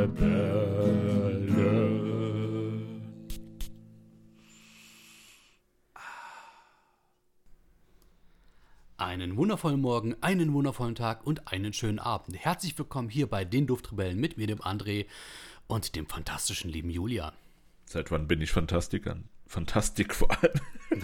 Duftrebellen. Einen wundervollen Morgen, einen wundervollen Tag und einen schönen Abend. Herzlich willkommen hier bei den Duftrebellen mit mir, dem André und dem fantastischen lieben Julian. Seit wann bin ich Fantastik? Fantastik vor allem.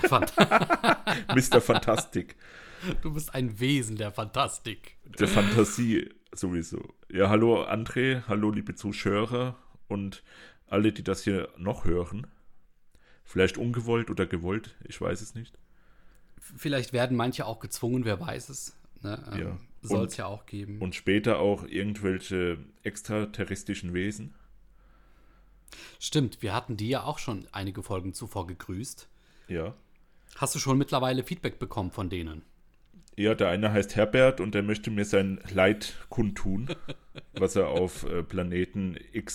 Mr. Fantastik. Du bist ein Wesen der Fantastik. Der Fantasie sowieso. Ja, hallo André, hallo liebe Zuschauer und alle, die das hier noch hören. Vielleicht ungewollt oder gewollt, ich weiß es nicht. Vielleicht werden manche auch gezwungen, wer weiß es. Ne? Ja. Soll es ja auch geben. Und später auch irgendwelche extraterrestrischen Wesen. Stimmt, wir hatten die ja auch schon einige Folgen zuvor gegrüßt. Ja. Hast du schon mittlerweile Feedback bekommen von denen? Ja, der eine heißt Herbert und der möchte mir sein Leid kundtun, was er auf Planeten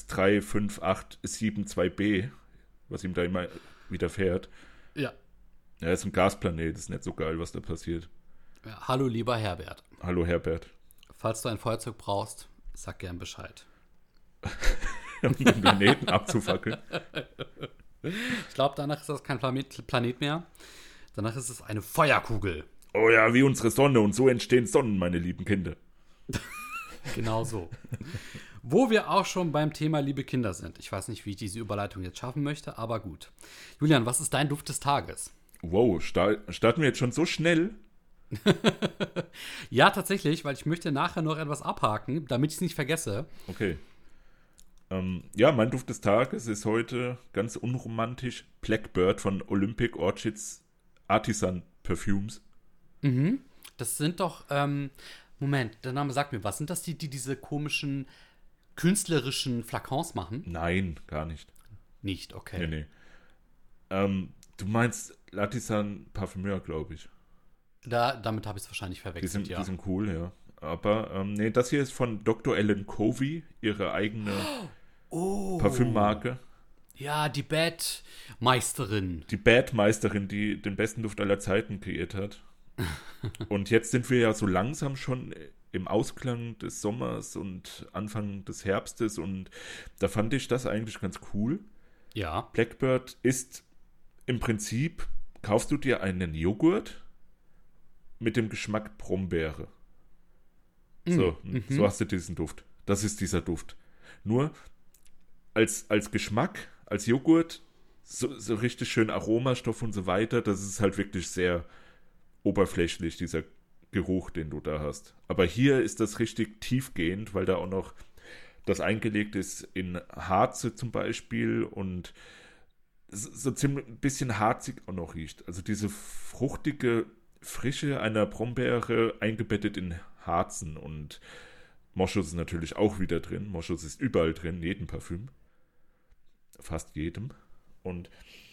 X35872b, was ihm da immer widerfährt. Ja. Ja, ist ein Gasplanet, ist nicht so geil, was da passiert. Ja, hallo lieber Herbert. Hallo Herbert. Falls du ein Feuerzeug brauchst, sag gern Bescheid. Um den Planeten abzufackeln. Ich glaube, danach ist das kein Planet mehr. Danach ist es eine Feuerkugel. Oh ja, wie unsere Sonne. Und so entstehen Sonnen, meine lieben Kinder. Genau so. Wo wir auch schon beim Thema liebe Kinder sind. Ich weiß nicht, wie ich diese Überleitung jetzt schaffen möchte, aber gut. Julian, was ist dein Duft des Tages? Wow, starten wir jetzt schon so schnell? Ja, tatsächlich, weil ich möchte nachher noch etwas abhaken, damit ich es nicht vergesse. Okay. Ja, mein Duft des Tages ist heute ganz unromantisch Blackbird von Olympic Orchids Artisan Perfumes. Mhm. Das sind doch, Moment, der Name sagt mir was. Sind das die diese komischen künstlerischen Flakons machen? Nein, gar nicht. Nicht, okay. Nee. Du meinst Artisan Parfumeur, glaube ich. Damit habe ich es wahrscheinlich verwechselt, Die sind cool, ja. Aber, nee, das hier ist von Dr. Ellen Covey, ihre eigene Parfümmarke. Ja, die Badmeisterin. Die Badmeisterin, die den besten Duft aller Zeiten kreiert hat. Und jetzt sind wir ja so langsam schon im Ausklang des Sommers und Anfang des Herbstes und da fand ich das eigentlich ganz cool. Ja. Blackbird ist im Prinzip, kaufst du dir einen Joghurt mit dem Geschmack Brombeere. So hast du diesen Duft. Das ist dieser Duft. Nur als Geschmack, als Joghurt, so richtig schön Aromastoff und so weiter, das ist halt wirklich sehr oberflächlich, dieser Geruch, den du da hast. Aber hier ist das richtig tiefgehend, weil da auch noch das eingelegt ist in Harze zum Beispiel und so ziemlich ein bisschen harzig auch noch riecht. Also diese fruchtige Frische einer Brombeere eingebettet in Harzen und Moschus ist natürlich auch wieder drin. Moschus ist überall drin, in jedem Parfüm. Fast jedem. Und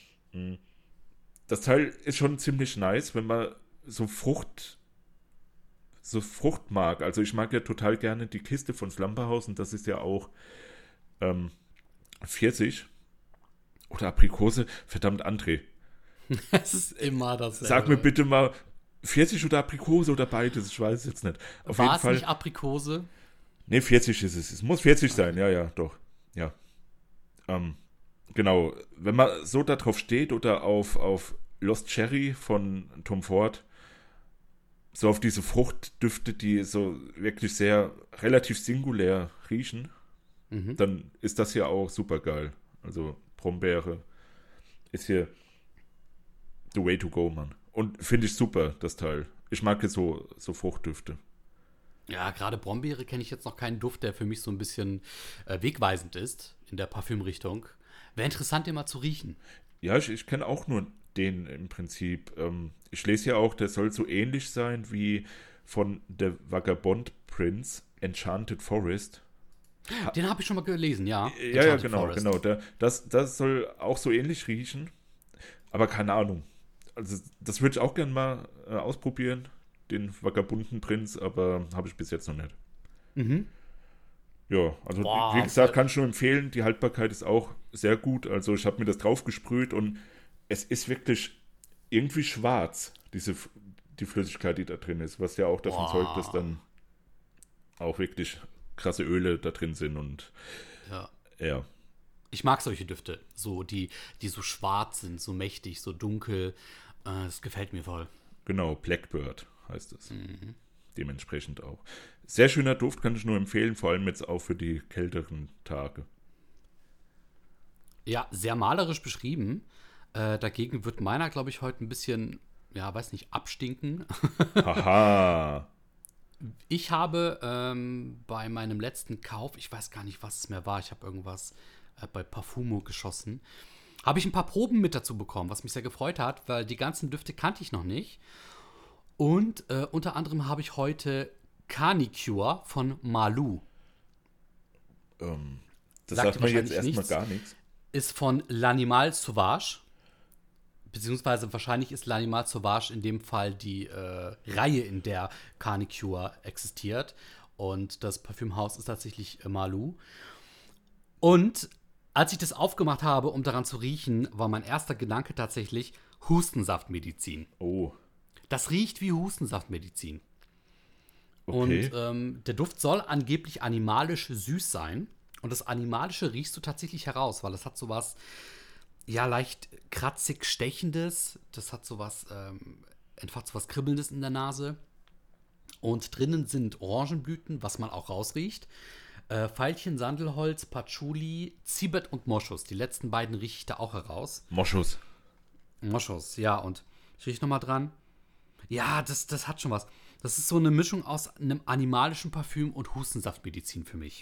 das Teil ist schon ziemlich nice, wenn man so Frucht mag. Also ich mag ja total gerne die Kiste von Slumberhouse und das ist ja auch Pfirsich oder Aprikose. Verdammt, André. Es ist immer dasselbe. Sag mir bitte mal, Pfirsich oder Aprikose oder beides? Ich weiß es jetzt nicht. War es nicht Aprikose? Nee, Pfirsich ist es. Es muss Pfirsich sein. Ja, doch. Ja. Genau. Wenn man so da drauf steht oder auf Lost Cherry von Tom Ford, so auf diese Fruchtdüfte, die so wirklich sehr relativ singulär riechen, dann ist das hier auch super geil. Also Brombeere ist hier the way to go, Mann. Und finde ich super, das Teil. Ich mag jetzt so Fruchtdüfte. Ja, gerade Brombeere kenne ich jetzt noch keinen Duft, der für mich so ein bisschen wegweisend ist in der Parfümrichtung. Wäre interessant, den mal zu riechen. Ja, ich kenne auch nur den im Prinzip. Ich lese ja auch, der soll so ähnlich sein wie von der Vagabond Prince Enchanted Forest. Den habe ich schon mal gelesen, ja. Ja, genau. Das soll auch so ähnlich riechen. Aber keine Ahnung. Also das würde ich auch gerne mal ausprobieren, den Vagabunden Prinz, aber habe ich bis jetzt noch nicht. Ja, also wie gesagt, kann ich nur empfehlen, die Haltbarkeit ist auch sehr gut. Also ich habe mir das drauf gesprüht und es ist wirklich irgendwie schwarz, die Flüssigkeit, die da drin ist, was ja auch davon zeugt, dass dann auch wirklich krasse Öle da drin sind und Ja. Ja, Ich mag solche Düfte, so die so schwarz sind, so mächtig, so dunkel. Das gefällt mir voll. genau, Blackbird heißt es. Dementsprechend auch. Sehr schöner Duft, kann ich nur empfehlen, vor allem jetzt auch für die kälteren Tage. Ja, sehr malerisch beschrieben. Dagegen wird meiner, glaube ich, heute ein bisschen, ja, weiß nicht, abstinken. Haha. Ich habe bei meinem letzten Kauf, ich weiß gar nicht, was es mehr war, ich habe irgendwas bei Parfumo geschossen, habe ich ein paar Proben mit dazu bekommen, was mich sehr gefreut hat, weil die ganzen Düfte kannte ich noch nicht. Und unter anderem habe ich heute Canicure von Malou. Das Sagt sagt mir jetzt wahrscheinlich erstmal nichts. gar nichts. Ist von L'Animal Sauvage. Beziehungsweise wahrscheinlich ist L'Animal Sauvage in dem Fall die Reihe, in der Canicure existiert. Und das Parfümhaus ist tatsächlich Malou. Und als ich das aufgemacht habe, um daran zu riechen, war mein erster Gedanke tatsächlich Hustensaftmedizin. Oh, Das riecht wie Hustensaftmedizin. okay. Und der Duft soll angeblich animalisch süß sein. Und das Animalische riechst du tatsächlich heraus, weil es hat sowas, ja, leicht kratzig Stechendes. Das hat sowas, einfach sowas Kribbelndes in der Nase. Und drinnen sind Orangenblüten, was man auch rausriecht. Veilchen, Sandelholz, Patchouli, Zibet und Moschus. Die letzten beiden rieche ich da auch heraus. Moschus. Moschus, ja, und ich rieche nochmal dran. Ja, das hat schon was. Das ist so eine Mischung aus einem animalischen Parfüm und Hustensaftmedizin für mich.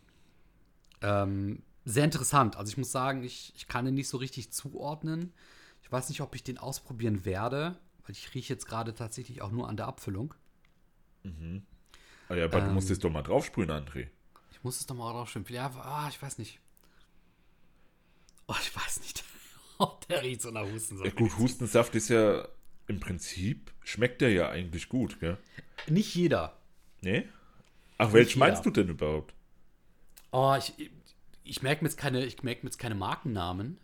Sehr interessant. Also ich muss sagen, ich kann den nicht so richtig zuordnen. Ich weiß nicht, ob ich den ausprobieren werde, weil ich rieche jetzt gerade tatsächlich auch nur an der Abfüllung. Ah ja, aber du musst es doch mal draufsprühen, André. Ich muss es doch mal draufstimmen. Ja, ich weiß nicht. Oh, ich weiß nicht. Oh, der riecht so nach Ja, Hustensaft. gut, Hustensaft ist ja im Prinzip, schmeckt der ja eigentlich gut, gell? Nicht jeder. Nee? Ach, welchen jeder. meinst du denn überhaupt? Oh, ich merke mir jetzt keine Markennamen.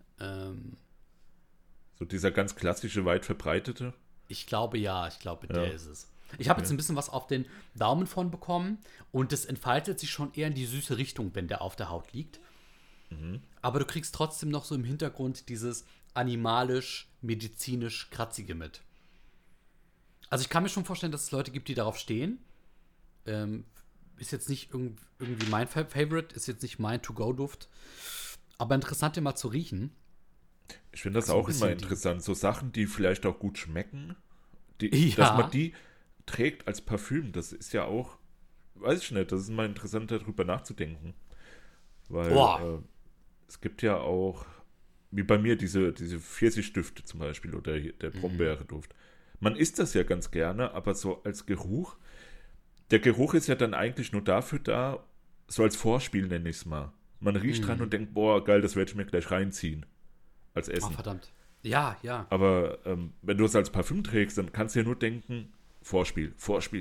So dieser ganz klassische, weit verbreitete? Ich glaube ja, der ist es. Ich habe jetzt ein bisschen was auf den Daumen von bekommen und das entfaltet sich schon eher in die süße Richtung, wenn der auf der Haut liegt. Aber du kriegst trotzdem noch so im Hintergrund dieses animalisch-medizinisch Kratzige mit. Also ich kann mir schon vorstellen, dass es Leute gibt, die darauf stehen. Ist jetzt nicht irgendwie mein Favorite, ist jetzt nicht mein To-Go-Duft. Aber interessant, den mal zu riechen. Ich finde das So ein auch immer bisschen interessant. So Sachen, die vielleicht auch gut schmecken, Ja. dass man die trägt als Parfüm, das ist ja auch, weiß ich nicht, das ist mal interessant, darüber nachzudenken. Weil es gibt ja auch, wie bei mir, diese Pfirsichstifte zum Beispiel oder hier der Brombeere-Duft. Man isst das ja ganz gerne, aber so als Geruch, der Geruch ist ja dann eigentlich nur dafür da, so als Vorspiel nenne ich es mal. Man riecht dran und denkt, boah, geil, das werde ich mir gleich reinziehen. Als Oh, Essen. verdammt. Ja, ja. Aber wenn du es als Parfüm trägst, dann kannst du ja nur denken, Vorspiel.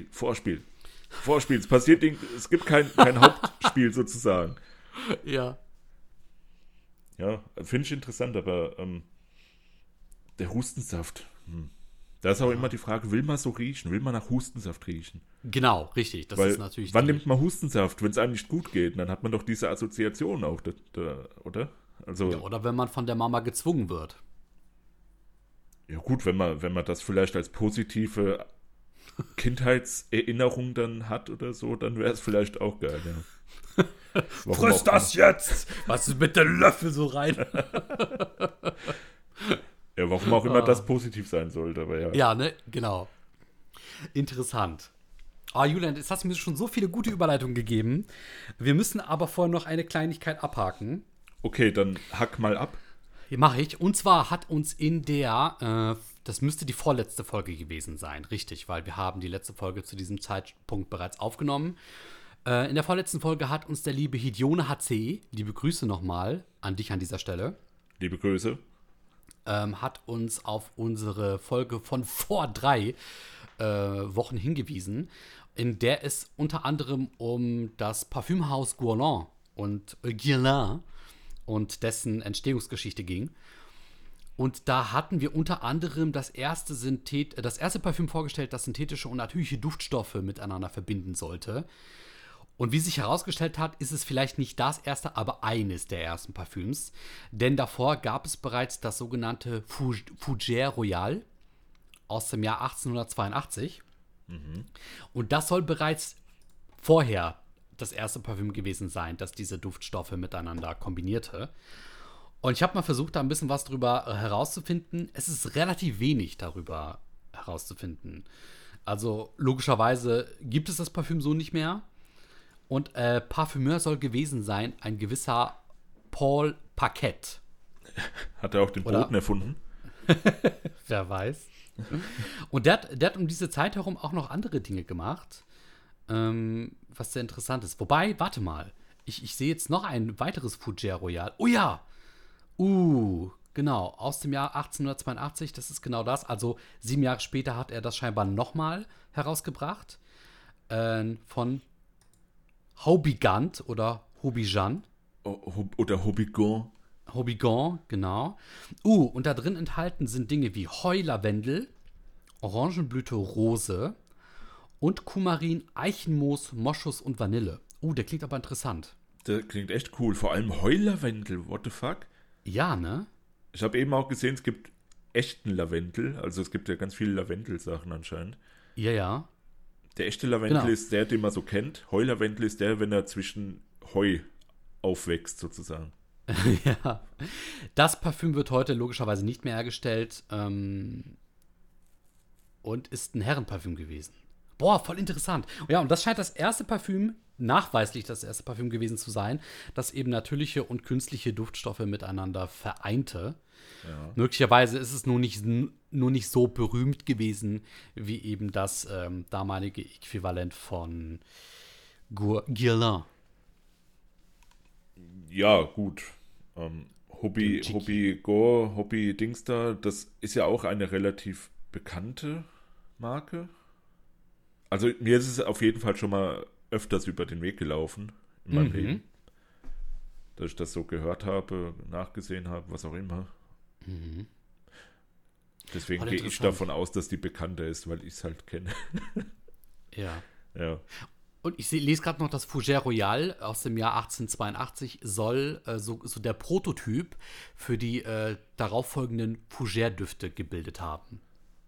Es passiert, es gibt kein Hauptspiel sozusagen. Ja. Ja, finde ich interessant, aber der Hustensaft, da ist auch immer die Frage, will man so riechen? Will man nach Hustensaft riechen? Genau, richtig. Das Weil, ist natürlich. wann nimmt man Hustensaft, wenn es einem nicht gut geht? Dann hat man doch diese Assoziation auch, oder? Also, Ja, oder wenn man von der Mama gezwungen wird. ja gut, wenn man das vielleicht als positive Kindheitserinnerung dann hat oder so, dann wäre es vielleicht auch geil, ja. Warum auch immer. jetzt! Was ist mit dem Löffel so rein? Ja, warum auch immer das positiv sein sollte, aber ja. Ja, ne? Genau. Interessant. Julian, jetzt hast du mir schon so viele gute Überleitungen gegeben. Wir müssen aber vorher noch eine Kleinigkeit abhaken. Okay, dann hack mal ab. Mache ich. Und zwar hat uns in der, das müsste die vorletzte Folge gewesen sein, richtig, weil wir haben die letzte Folge zu diesem Zeitpunkt bereits aufgenommen. In der vorletzten Folge hat uns der liebe Hidione HC, liebe Grüße nochmal an dich an dieser Stelle, Liebe Grüße. hat uns auf unsere Folge von vor 3 Wochen hingewiesen, in der es unter anderem um das Parfümhaus Guerlain und dessen Entstehungsgeschichte ging. Und da hatten wir unter anderem das erste Parfüm vorgestellt, das synthetische und natürliche Duftstoffe miteinander verbinden sollte. Und wie sich herausgestellt hat, ist es vielleicht nicht das erste, aber eines der ersten Parfüms. Denn davor gab es bereits das sogenannte Fougère Royal aus dem Jahr 1882. Und das soll bereits vorher das erste Parfüm gewesen sein, das diese Duftstoffe miteinander kombinierte. Und ich habe mal versucht, da ein bisschen was drüber herauszufinden. Es ist relativ wenig darüber herauszufinden. Also logischerweise gibt es das Parfüm so nicht mehr. Und Parfümeur soll gewesen sein ein gewisser Paul Paquette. Hat er auch den Boten erfunden? Wer weiß. Und der hat um diese Zeit herum auch noch andere Dinge gemacht, was sehr interessant ist. Wobei, warte mal, ich sehe jetzt noch ein weiteres Fougère Royal. Oh ja! Genau, aus dem Jahr 1882, das ist genau das. Also 7 Jahre später hat er das scheinbar nochmal herausgebracht. Von Haubigant oder Hobijan. Oder Hobigon. Hobigon, genau. Und da drin enthalten sind Dinge wie Heulavendel, Orangenblüte Rose und Kumarin, Eichenmoos, Moschus und Vanille. Der klingt aber interessant. Der klingt echt cool. Vor allem Heulavendel, what the fuck? Ja, ne? Ich habe eben auch gesehen, es gibt echten Lavendel. Also es gibt ja ganz viele Lavendel-Sachen anscheinend. Ja. Der echte Lavendel Genau. ist der, den man so kennt. Heulavendel ist der, wenn er zwischen Heu aufwächst, sozusagen. Ja. Das Parfüm wird heute logischerweise nicht mehr hergestellt und ist ein Herrenparfüm gewesen. Boah, voll interessant. Ja, und das scheint das erste Parfüm, nachweislich das erste Parfüm gewesen zu sein, das eben natürliche und künstliche Duftstoffe miteinander vereinte. Ja. Möglicherweise ist es nur nicht so berühmt gewesen wie eben das damalige Äquivalent von Guerlain. Ja, gut. Hobby Dings da, das ist ja auch eine relativ bekannte Marke. Also mir ist es auf jeden Fall schon mal öfters über den Weg gelaufen in meinem Leben. Dass ich das so gehört habe, nachgesehen habe, was auch immer. Deswegen gehe ich davon aus, dass die bekannter ist, weil ich es halt kenne. Ja. Ja. Und ich lese gerade noch, das Fougère Royal aus dem Jahr 1882 soll so der Prototyp für die darauffolgenden Fougère-Düfte gebildet haben.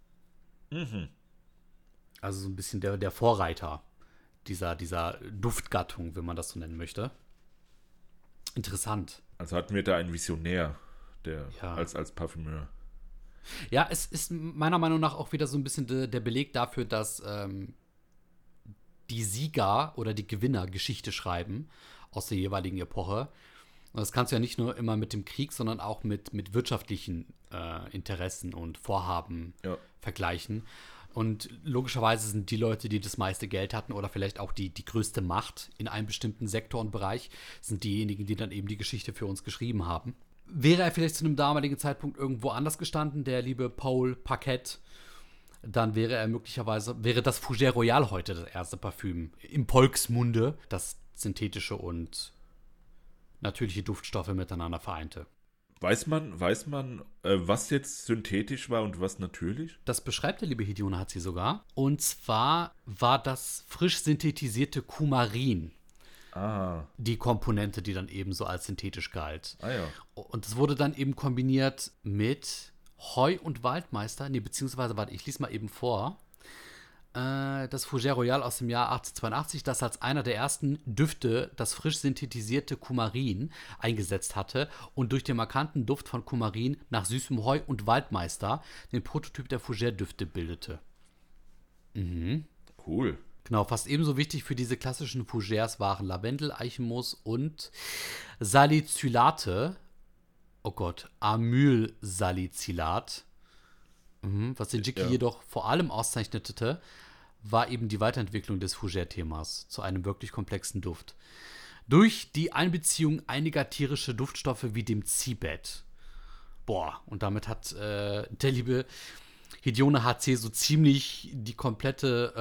Also so ein bisschen der Vorreiter dieser Duftgattung, wenn man das so nennen möchte. Interessant. Also hatten wir da einen Visionär, Ja. als Parfümeur. Ja, es ist meiner Meinung nach auch wieder so ein bisschen der Beleg dafür, dass die Sieger oder die Gewinner Geschichte schreiben aus der jeweiligen Epoche. Und das kannst du ja nicht nur immer mit dem Krieg, sondern auch mit wirtschaftlichen Interessen und Vorhaben vergleichen. Und logischerweise sind die Leute, die das meiste Geld hatten oder vielleicht auch die größte Macht in einem bestimmten Sektor und Bereich, sind diejenigen, die dann eben die Geschichte für uns geschrieben haben. Wäre er vielleicht zu einem damaligen Zeitpunkt irgendwo anders gestanden, der liebe Paul Paquette, dann wäre das Fougère Royal heute das erste Parfüm im Volksmunde, das synthetische und natürliche Duftstoffe miteinander vereinte. Weiß man, was jetzt synthetisch war und was natürlich? Das beschreibt der liebe Hideone Hatzi sogar. Und zwar war das frisch synthetisierte Kumarin die Komponente, die dann eben so als synthetisch galt. Ja. Und es wurde dann eben kombiniert mit Heu und Waldmeister. Beziehungsweise, warte, ich lese mal eben vor. Das Fougère Royal aus dem Jahr 1882, das als einer der ersten Düfte das frisch synthetisierte Kumarin eingesetzt hatte und durch den markanten Duft von Kumarin nach süßem Heu und Waldmeister den Prototyp der Fougère-Düfte bildete. Cool. Genau, fast ebenso wichtig für diese klassischen Fougères waren Lavendel, Eichenmoos und Salicylate. Oh Gott, Amylsalicylat. Was den Jickie jedoch vor allem auszeichnete, war eben die Weiterentwicklung des Fougère-Themas zu einem wirklich komplexen Duft. Durch die Einbeziehung einiger tierischer Duftstoffe wie dem Zibet. Und damit hat der liebe Hideone Hatzi so ziemlich die komplette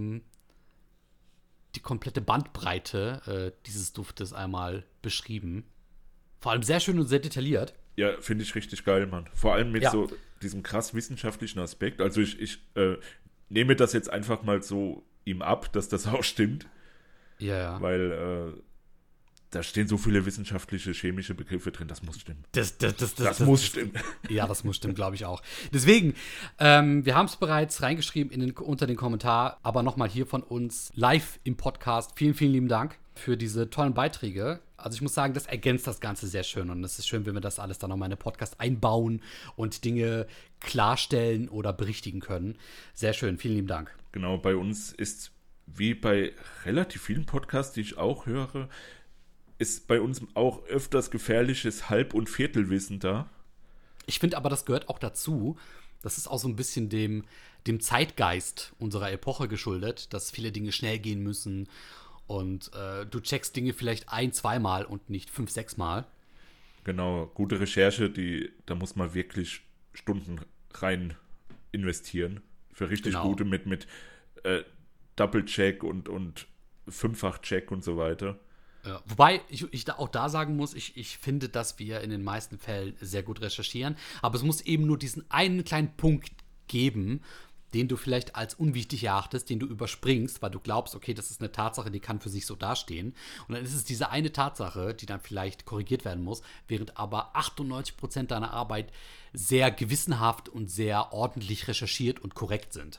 Bandbreite dieses Duftes einmal beschrieben. Vor allem sehr schön und sehr detailliert. Ja, finde ich richtig geil, Mann. Vor allem mit so diesem krass wissenschaftlichen Aspekt. Also ich nehme das jetzt einfach mal so ihm ab, dass das auch stimmt. Ja, ja. Weil da stehen so viele wissenschaftliche, chemische Begriffe drin, das muss stimmen. Das muss stimmen. Ja, das muss stimmen, glaube ich auch. Deswegen, wir haben es bereits reingeschrieben unter den Kommentar, aber nochmal hier von uns live im Podcast. Vielen, vielen lieben Dank für diese tollen Beiträge. Also ich muss sagen, das ergänzt das Ganze sehr schön und es ist schön, wenn wir das alles dann nochmal in den Podcast einbauen und Dinge klarstellen oder berichtigen können. Sehr schön, vielen lieben Dank. Genau, bei uns ist, wie bei relativ vielen Podcasts, die ich auch höre, ist bei uns auch öfters gefährliches Halb- und Viertelwissen da. Ich finde aber, das gehört auch dazu. Das ist auch so ein bisschen dem Zeitgeist unserer Epoche geschuldet, dass viele Dinge schnell gehen müssen und du checkst Dinge vielleicht 1-2 Mal und nicht 5-6 Mal. Genau, gute Recherche, da muss man wirklich Stunden rein investieren. Für richtig gute mit Double-Check und Fünffach-Check und so weiter. Ja, wobei ich da auch da sagen muss, ich finde, dass wir in den meisten Fällen sehr gut recherchieren, aber es muss eben nur diesen einen kleinen Punkt geben, den du vielleicht als unwichtig erachtest, den du überspringst, weil du glaubst, okay, das ist eine Tatsache, die kann für sich so dastehen. Und dann ist es diese eine Tatsache, die dann vielleicht korrigiert werden muss, während aber 98% deiner Arbeit sehr gewissenhaft und sehr ordentlich recherchiert und korrekt sind.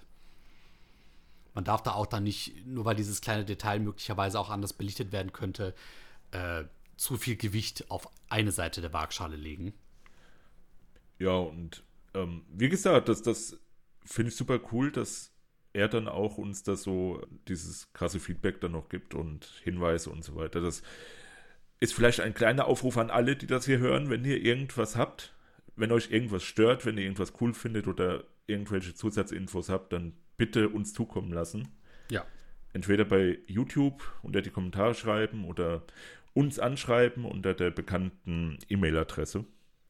Man darf da auch dann nicht, nur weil dieses kleine Detail möglicherweise auch anders belichtet werden könnte, zu viel Gewicht auf eine Seite der Waagschale legen. Ja, und wie gesagt, das finde ich super cool, dass er dann auch uns da so dieses krasse Feedback dann noch gibt und Hinweise und so weiter. Das ist vielleicht ein kleiner Aufruf an alle, die das hier hören, wenn ihr irgendwas habt, wenn euch irgendwas stört, wenn ihr irgendwas cool findet oder irgendwelche Zusatzinfos habt, dann bitte uns zukommen lassen. Ja. Entweder bei YouTube unter die Kommentare schreiben oder uns anschreiben unter der bekannten E-Mail-Adresse.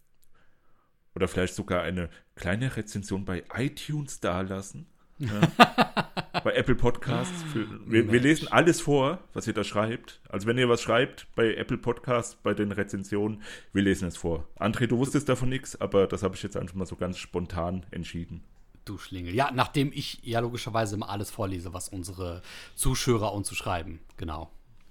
Oder vielleicht sogar eine kleine Rezension bei iTunes dalassen. Ja. Bei Apple Podcasts. Wir lesen alles vor, was ihr da schreibt. Also wenn ihr was schreibt bei Apple Podcasts, bei den Rezensionen, wir lesen es vor. André, du wusstest davon nichts, aber das habe ich jetzt einfach mal so ganz spontan entschieden. Du Schlingel. Ja, nachdem ich ja logischerweise immer alles vorlese, was unsere Zuschauer uns zu schreiben. Genau.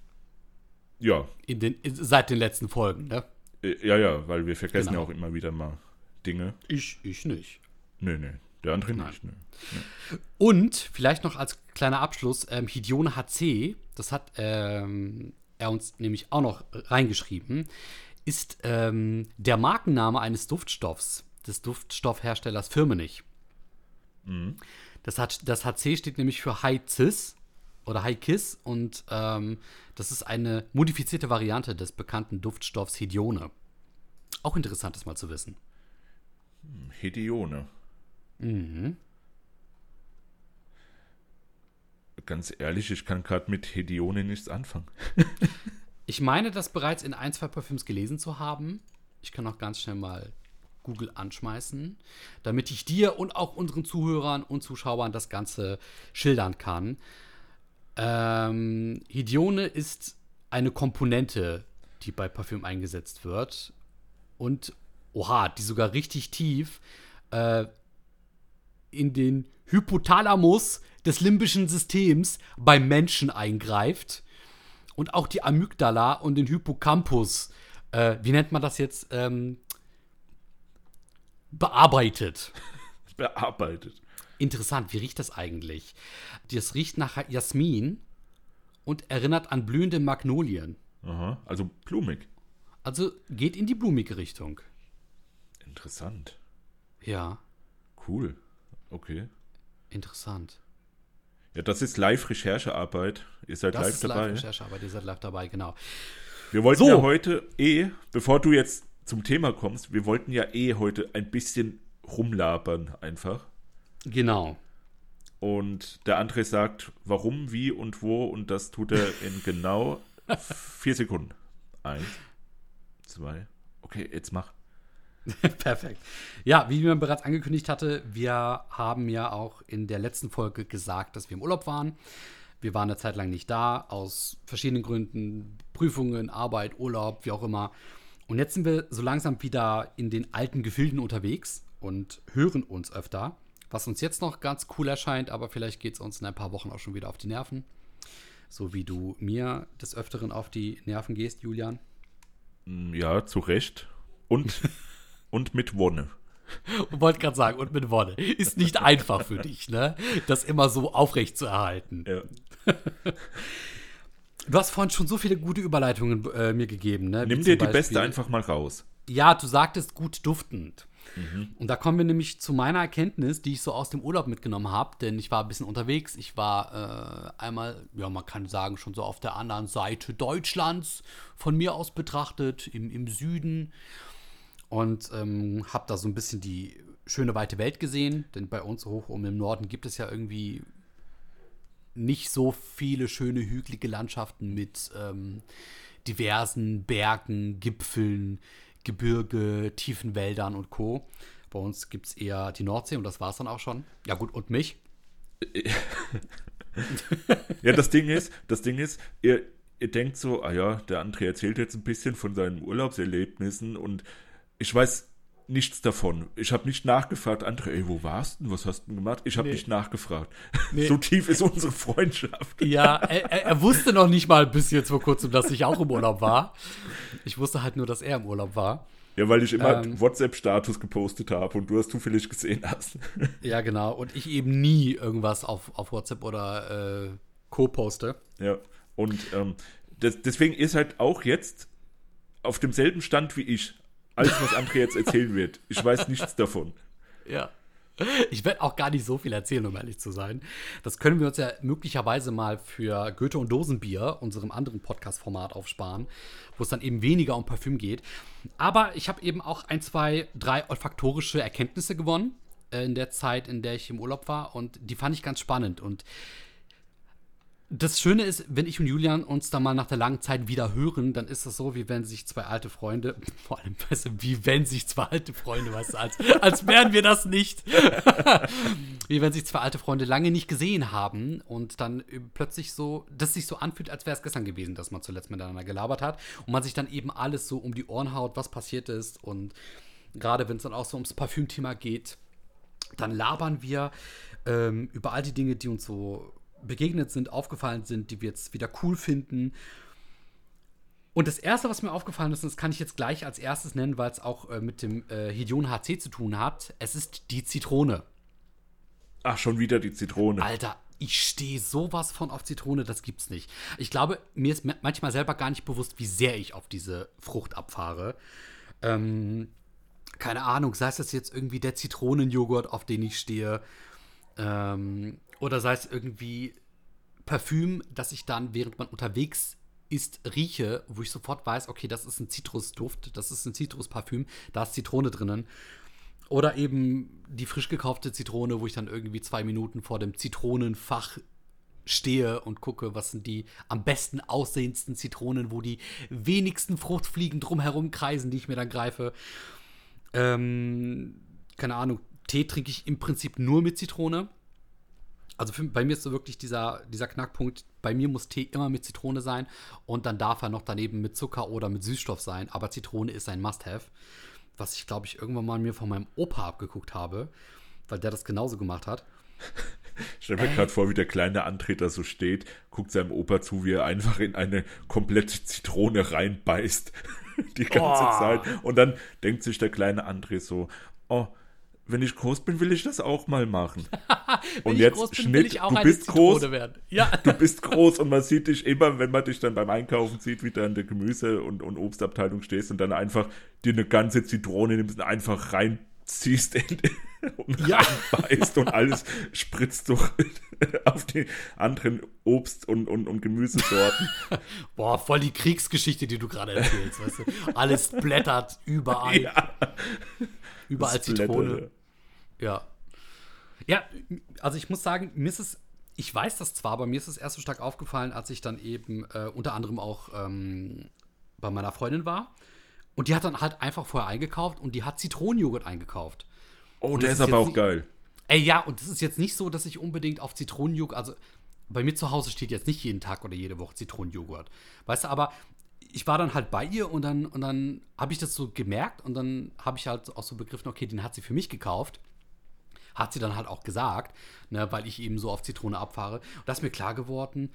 Ja. Seit den letzten Folgen, ne? Ja, weil wir vergessen ja auch immer wieder mal Dinge. Ich nicht. Nee, der andere nicht. Nee. Und vielleicht noch als kleiner Abschluss, Hidione HC, das hat er uns nämlich auch noch reingeschrieben, ist der Markenname eines Duftstoffs, des Duftstoffherstellers Firmenich. Mhm. Das HC steht nämlich für High Cis oder High Kiss und das ist eine modifizierte Variante des bekannten Duftstoffs Hidione. Auch interessant, das mal zu wissen. Hidione. Mhm. Ganz ehrlich, ich kann gerade mit Hidione nichts anfangen. Ich meine, das bereits in 1-2 Parfüms gelesen zu haben. Ich kann auch ganz schnell mal Google anschmeißen, damit ich dir und auch unseren Zuhörern und Zuschauern das Ganze schildern kann. Hidione ist eine Komponente, die bei Parfüm eingesetzt wird und, die sogar richtig tief in den Hypothalamus des limbischen Systems beim Menschen eingreift und auch die Amygdala und den Hippocampus, wie nennt man das jetzt, bearbeitet. Bearbeitet. Interessant, wie riecht das eigentlich? Das riecht nach Jasmin und erinnert an blühende Magnolien. Aha, also blumig. Also geht in die blumige Richtung. Interessant. Ja. Cool. Okay. Interessant. Ja, das ist Live-Recherchearbeit. Ihr seid live dabei. Das ist Live-Recherchearbeit, ihr seid live dabei, genau. Wir wollten ja heute bevor du jetzt zum Thema kommst, wir wollten ja heute ein bisschen rumlabern einfach. Genau. Und der André sagt, warum, wie und wo, und das tut er in genau 4 Sekunden. 1, 2, okay, jetzt mach. Perfekt. Ja, wie man bereits angekündigt hatte, wir haben ja auch in der letzten Folge gesagt, dass wir im Urlaub waren. Wir waren eine Zeit lang nicht da, aus verschiedenen Gründen, Prüfungen, Arbeit, Urlaub, wie auch immer. Und jetzt sind wir so langsam wieder in den alten Gefilden unterwegs und hören uns öfter, was uns jetzt noch ganz cool erscheint, aber vielleicht geht es uns in ein paar Wochen auch schon wieder auf die Nerven. So wie du mir des Öfteren auf die Nerven gehst, Julian. Ja, zu Recht. Und mit Wonne. Und wollte gerade sagen, und mit Wonne. Ist nicht einfach für dich, ne? Das immer so aufrecht zu erhalten. Ja. Du hast vorhin schon so viele gute Überleitungen mir gegeben, ne? Nimm dir die beste einfach mal raus. Ja, du sagtest gut duftend. Und da kommen wir nämlich zu meiner Erkenntnis, die ich so aus dem Urlaub mitgenommen habe, denn ich war ein bisschen unterwegs. Ich war einmal, ja, man kann sagen, schon so auf der anderen Seite Deutschlands, von mir aus betrachtet, im Süden. Und habe da so ein bisschen die schöne weite Welt gesehen, denn bei uns hoch oben im Norden gibt es ja irgendwie nicht so viele schöne hügelige Landschaften mit diversen Bergen, Gipfeln, Gebirge, tiefen Wäldern und Co. Bei uns gibt es eher die Nordsee und das war es dann auch schon. Ja gut, und mich. Ja, das Ding ist, ihr denkt so, ah ja, der André erzählt jetzt ein bisschen von seinen Urlaubserlebnissen und ich weiß nichts davon. Ich habe nicht nachgefragt, André, ey, wo warst du? Was hast du denn gemacht? Ich habe nicht nachgefragt. Nee. So tief ist unsere Freundschaft. Ja, er wusste noch nicht mal bis jetzt vor kurzem, dass ich auch im Urlaub war. Ich wusste halt nur, dass er im Urlaub war. Ja, weil ich immer WhatsApp-Status gepostet habe und du das zufällig gesehen hast. Ja, genau. Und ich eben nie irgendwas auf WhatsApp oder Co. poste. Ja, und deswegen ist halt auch jetzt auf demselben Stand wie ich. Alles, was André jetzt erzählen wird. Ich weiß nichts davon. Ja. Ich werde auch gar nicht so viel erzählen, um ehrlich zu sein. Das können wir uns ja möglicherweise mal für Goethe und Dosenbier, unserem anderen Podcast-Format, aufsparen, wo es dann eben weniger um Parfüm geht. Aber ich habe eben auch 1, 2, 3 olfaktorische Erkenntnisse gewonnen in der Zeit, in der ich im Urlaub war. Und die fand ich ganz spannend. Und das Schöne ist, wenn ich und Julian uns dann mal nach der langen Zeit wieder hören, dann ist das so, wie wenn sich zwei alte Freunde, vor allem, weißt du, wie wenn sich zwei alte Freunde, weißt du, als wären wir das nicht. Wie wenn sich zwei alte Freunde lange nicht gesehen haben und dann plötzlich so, das sich so anfühlt, als wäre es gestern gewesen, dass man zuletzt miteinander gelabert hat und man sich dann eben alles so um die Ohren haut, was passiert ist, und gerade wenn es dann auch so ums Parfümthema geht, dann labern wir über all die Dinge, die uns so begegnet sind, aufgefallen sind, die wir jetzt wieder cool finden. Und das Erste, was mir aufgefallen ist, und das kann ich jetzt gleich als erstes nennen, weil es auch mit dem Hedion HC zu tun hat, es ist die Zitrone. Ach, schon wieder die Zitrone. Alter, ich stehe sowas von auf Zitrone, das gibt's nicht. Ich glaube, mir ist manchmal selber gar nicht bewusst, wie sehr ich auf diese Frucht abfahre. Keine Ahnung, sei es das jetzt irgendwie der Zitronenjoghurt, auf den ich stehe, oder sei es irgendwie Parfüm, das ich dann, während man unterwegs ist, rieche, wo ich sofort weiß, okay, das ist ein Zitrusduft, das ist ein Zitrusparfüm, da ist Zitrone drinnen. Oder eben die frisch gekaufte Zitrone, wo ich dann irgendwie 2 Minuten vor dem Zitronenfach stehe und gucke, was sind die am besten aussehendsten Zitronen, wo die wenigsten Fruchtfliegen drumherum kreisen, die ich mir dann greife. Keine Ahnung, Tee trinke ich im Prinzip nur mit Zitrone. Also bei mir ist so wirklich dieser Knackpunkt, bei mir muss Tee immer mit Zitrone sein und dann darf er noch daneben mit Zucker oder mit Süßstoff sein, aber Zitrone ist ein Must-Have, was ich, glaube ich, irgendwann mal mir von meinem Opa abgeguckt habe, weil der das genauso gemacht hat. Ich stelle mir gerade vor, wie der kleine André da so steht, guckt seinem Opa zu, wie er einfach in eine komplette Zitrone reinbeißt die ganze Zeit. Und dann denkt sich der kleine André so, oh, wenn ich groß bin, will ich das auch mal machen. Und jetzt Schnitt, du bist groß, ja. Du bist groß und man sieht dich immer, wenn man dich dann beim Einkaufen sieht, wie du in der Gemüse- und Obstabteilung stehst und dann einfach dir eine ganze Zitrone nimmst und einfach reinziehst und reinbeißt und alles spritzt durch auf die anderen Obst- und Gemüsesorten. Boah, voll die Kriegsgeschichte, die du gerade erzählst, weißt du? Alles blättert überall. Ja. Überall Zitrone. Ja. Ja, also ich muss sagen, ich weiß das zwar, aber mir ist es erst so stark aufgefallen, als ich dann eben unter anderem auch bei meiner Freundin war. Und die hat dann halt einfach vorher eingekauft und die hat Zitronenjoghurt eingekauft. Oh, der ist aber auch geil. Ey, ja, und das ist jetzt nicht so, dass ich unbedingt auf Zitronenjoghurt, also bei mir zu Hause steht jetzt nicht jeden Tag oder jede Woche Zitronenjoghurt. Weißt du, aber ich war dann halt bei ihr und dann habe ich das so gemerkt und dann habe ich halt auch so begriffen, okay, den hat sie für mich gekauft. Hat sie dann halt auch gesagt, ne, weil ich eben so auf Zitrone abfahre. Und da ist mir klar geworden,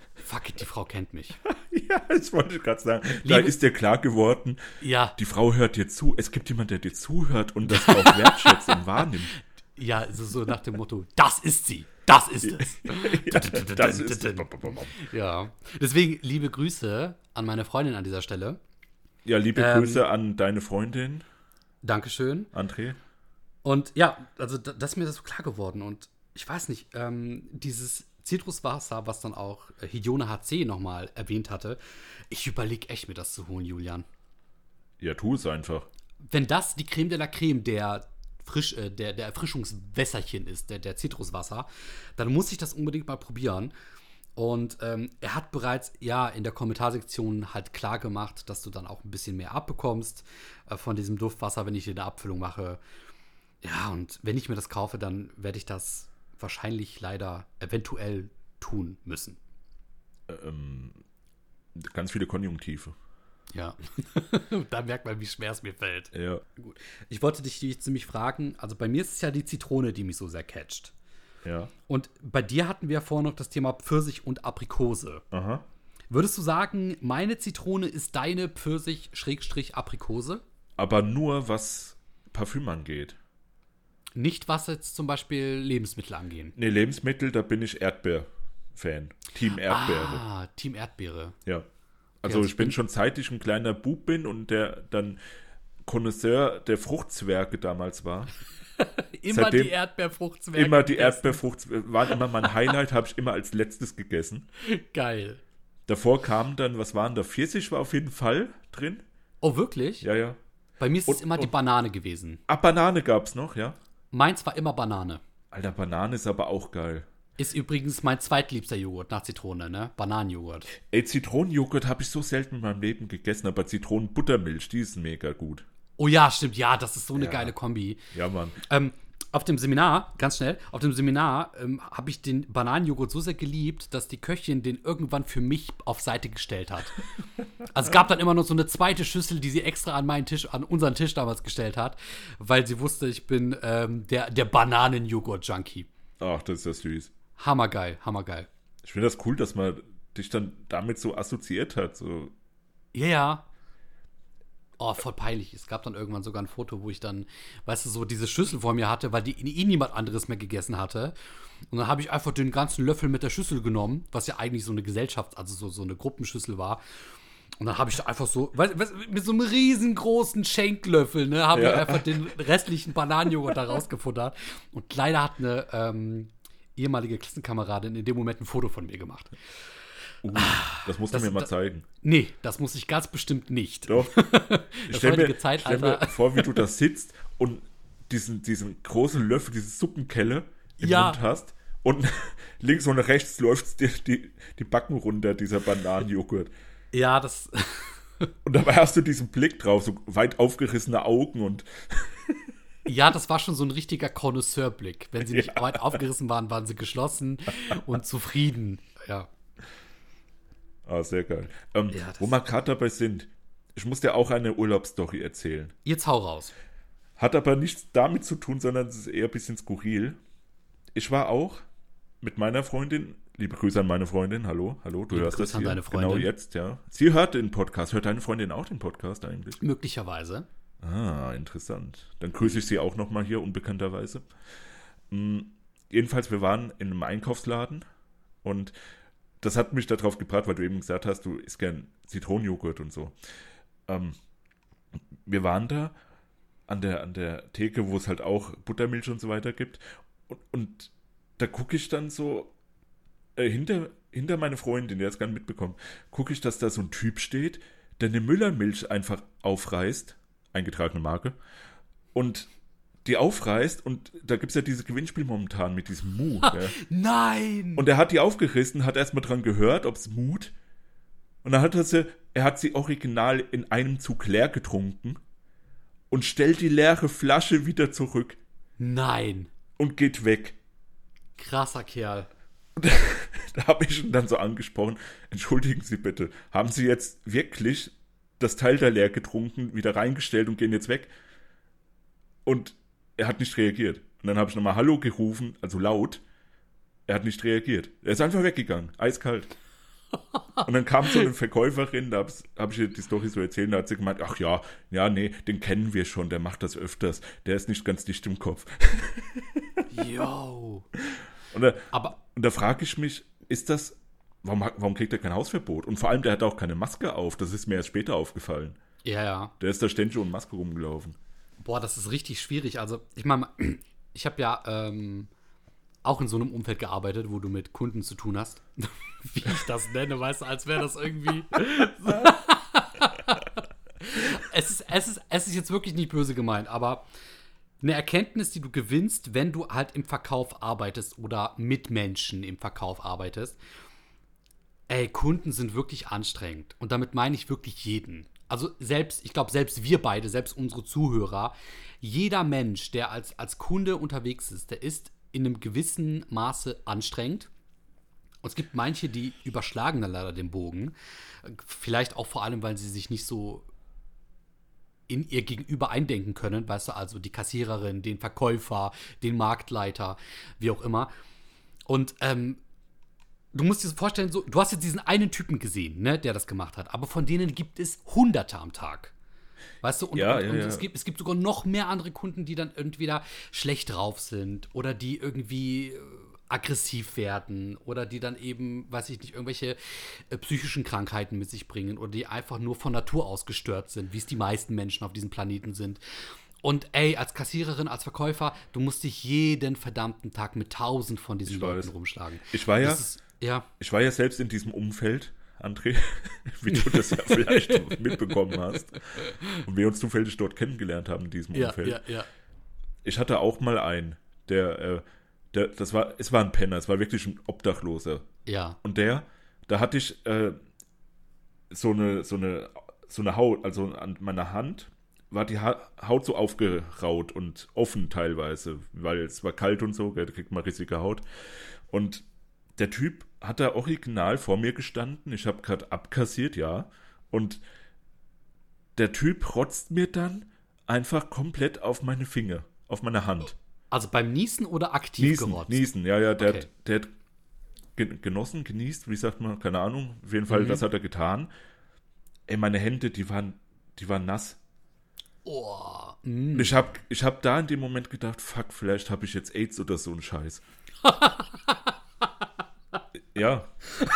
Fuck it, die Frau kennt mich. Ja, das wollte ich gerade sagen. Da ist dir klar geworden, Ja. die Frau hört dir zu. Es gibt jemanden, der dir zuhört und das auch wertschätzt und wahrnimmt. Ja, also so nach dem Motto, das ist sie. Das ist es. Ja, das ist Ja. Deswegen liebe Grüße an meine Freundin an dieser Stelle. Ja, liebe Grüße an deine Freundin. Dankeschön. André. Und ja, also das ist mir das so klar geworden. Und ich weiß nicht, dieses Zitruswasser, was dann auch Hidione HC nochmal erwähnt hatte, ich überlege echt, mir das zu holen, Julian. Ja, tu es einfach. Wenn das die Creme de la Creme der Erfrischungswässerchen ist, der Zitruswasser, dann muss ich das unbedingt mal probieren. Und er hat bereits in der Kommentarsektion halt klar gemacht, dass du dann auch ein bisschen mehr abbekommst von diesem Duftwasser, wenn ich dir eine Abfüllung mache. Ja, und wenn ich mir das kaufe, dann werde ich das wahrscheinlich leider eventuell tun müssen. Ganz viele Konjunktive. Ja, da merkt man, wie schwer es mir fällt. Ja. Gut. Ich wollte dich ziemlich fragen, also bei mir ist es ja die Zitrone, die mich so sehr catcht. Ja. Und bei dir hatten wir vorhin noch das Thema Pfirsich und Aprikose. Aha. Würdest du sagen, meine Zitrone ist deine Pfirsich-Aprikose? Aber nur, was Parfüm angeht. Nicht, was jetzt zum Beispiel Lebensmittel angehen. Nee, Lebensmittel, da bin ich Erdbeer-Fan. Team Erdbeere. Ah, Team Erdbeere. Ja. Also Okay, ich bin schon seit ich ein kleiner Bub bin und der dann Connoisseur der Fruchtzwerge damals war. Immer Seitdem die Erdbeerfruchtzwerge. Immer die Erdbeerfruchtzwerge, waren immer mein Highlight, habe ich immer als letztes gegessen. Geil. Davor kam dann, was waren da? Pfirsich war auf jeden Fall drin. Oh, wirklich? Ja, ja. Bei mir ist es immer die Banane gewesen. Ah, Banane gab's noch, ja. Meins war immer Banane. Alter, Banane ist aber auch geil. Ist übrigens mein zweitliebster Joghurt nach Zitrone, ne? Bananenjoghurt. Ey, Zitronenjoghurt habe ich so selten in meinem Leben gegessen, aber Zitronenbuttermilch, die ist mega gut. Oh ja, stimmt, ja, das ist so eine geile Kombi. Ja, Mann. Auf dem Seminar, ganz schnell, habe ich den Bananenjoghurt so sehr geliebt, dass die Köchin den irgendwann für mich auf Seite gestellt hat. Also es gab dann immer noch so eine zweite Schüssel, die sie extra an unseren Tisch damals gestellt hat, weil sie wusste, ich bin der Bananenjoghurt-Junkie. Ach, das ist ja süß. Hammergeil, hammergeil. Ich finde das cool, dass man dich dann damit so assoziiert hat. So. Ja, ja. Oh, voll peinlich. Es gab dann irgendwann sogar ein Foto, wo ich dann, weißt du, so diese Schüssel vor mir hatte, weil die niemand anderes mehr gegessen hatte. Und dann habe ich einfach den ganzen Löffel mit der Schüssel genommen, was ja eigentlich so eine also so eine Gruppenschüssel war. Und dann habe ich da einfach so, mit so einem riesengroßen Schenklöffel, ne, habe ich einfach den restlichen Bananenjoghurt da rausgefuttert. Und leider hat eine ehemalige Klassenkameradin in dem Moment ein Foto von mir gemacht. Das musst du mir mal zeigen. Nee, das muss ich ganz bestimmt nicht. Doch. Stell Stell mir vor, wie du da sitzt und diesen großen Löffel, diese Suppenkelle im Mund hast und links und rechts läuft dir die Backen runter, dieser Bananenjoghurt. Ja, das. Und dabei hast du diesen Blick drauf, so weit aufgerissene Augen und. Ja, das war schon so ein richtiger Connoisseurblick. Wenn sie nicht weit aufgerissen waren, waren sie geschlossen und zufrieden. Ja. Ah, sehr geil. Wo wir gerade dabei sind, ich muss dir auch eine Urlaubsstory erzählen. Jetzt hau raus. Hat aber nichts damit zu tun, sondern es ist eher ein bisschen skurril. Ich war auch mit meiner Freundin, liebe Grüße an meine Freundin, hallo, du hörst das hier. Deine Freundin. Genau jetzt, ja. Sie hört den Podcast. Hört deine Freundin auch den Podcast eigentlich? Möglicherweise. Ah, interessant. Dann grüße ich sie auch nochmal hier, unbekannterweise. Jedenfalls, wir waren in einem Einkaufsladen und das hat mich darauf gebracht, weil du eben gesagt hast, du isst gern Zitronenjoghurt und so. Wir waren da an der Theke, wo es halt auch Buttermilch und so weiter gibt. Und da gucke ich dann so hinter meine Freundin, der hat es gar nicht mitbekommen, gucke ich, dass da so ein Typ steht, der eine Müllermilch einfach aufreißt, eingetragene Marke, und die aufreißt und da gibt es ja dieses Gewinnspiel momentan mit diesem Mu. Ja. Nein! Und er hat die aufgerissen, hat erstmal dran gehört, ob es Mut. Und dann hat er hat sie original in einem Zug leer getrunken und stellt die leere Flasche wieder zurück. Nein! Und geht weg. Krasser Kerl. Und da habe ich ihn dann so angesprochen, entschuldigen Sie bitte, haben Sie jetzt wirklich das Teil da leer getrunken, wieder reingestellt und gehen jetzt weg? Und er hat nicht reagiert. Und dann habe ich nochmal Hallo gerufen, also laut. Er hat nicht reagiert. Er ist einfach weggegangen, eiskalt. Und dann kam so eine Verkäuferin, da hab ich ihr die Story so erzählt, da hat sie gemeint, ach ja, nee, den kennen wir schon, der macht das öfters, der ist nicht ganz dicht im Kopf. Yo. Aber Und da frage ich mich, ist das, warum kriegt er kein Hausverbot? Und vor allem, der hat auch keine Maske auf, das ist mir erst später aufgefallen. ja. Der ist da ständig ohne Maske rumgelaufen. Boah, das ist richtig schwierig. Also, ich meine, ich habe ja auch in so einem Umfeld gearbeitet, wo du mit Kunden zu tun hast. Wie ich das nenne, weißt du, als wäre das irgendwie. Es ist jetzt wirklich nicht böse gemeint, aber eine Erkenntnis, die du gewinnst, wenn du halt im Verkauf arbeitest oder mit Menschen im Verkauf arbeitest. Ey, Kunden sind wirklich anstrengend. Und damit meine ich wirklich jeden. Also ich glaube, selbst wir beide, selbst unsere Zuhörer, jeder Mensch, der als Kunde unterwegs ist, der ist in einem gewissen Maße anstrengend. Und es gibt manche, die überschlagen dann leider den Bogen. Vielleicht auch vor allem, weil sie sich nicht so in ihr Gegenüber eindenken können. Weißt du, also die Kassiererin, den Verkäufer, den Marktleiter, wie auch immer. Und du musst dir vorstellen, so, du hast jetzt diesen einen Typen gesehen, ne, der das gemacht hat. Aber von denen gibt es Hunderte am Tag. Weißt du, und es gibt sogar noch mehr andere Kunden, die dann entweder schlecht drauf sind oder die irgendwie aggressiv werden oder die dann eben, weiß ich nicht, irgendwelche psychischen Krankheiten mit sich bringen oder die einfach nur von Natur aus gestört sind, wie es die meisten Menschen auf diesem Planeten sind. Und ey, als Kassiererin, als Verkäufer, du musst dich jeden verdammten Tag mit 1000 von diesen Leuten rumschlagen. Ich war ja selbst in diesem Umfeld, André, wie du das ja vielleicht mitbekommen hast. Und wir uns zufällig dort kennengelernt haben in diesem Umfeld. Ja. Ich hatte auch mal einen, es war ein Penner, es war wirklich ein Obdachloser. Ja. Und da hatte ich so eine Haut, also an meiner Hand war die Haut so aufgeraut und offen teilweise, weil es war kalt und so, da kriegt man riesige Haut. Und der Typ hat da original vor mir gestanden, ich habe gerade abkassiert, ja, und der Typ rotzt mir dann einfach komplett auf meine Finger, auf meine Hand. Also beim Niesen oder aktiv gerotzt? Niesen, ja, der hat genießt, wie sagt man, keine Ahnung, auf jeden Fall, das hat er getan. Ey, meine Hände, die waren nass. Oh, Ich hab da in dem Moment gedacht, fuck, vielleicht habe ich jetzt AIDS oder so einen Scheiß. Ja.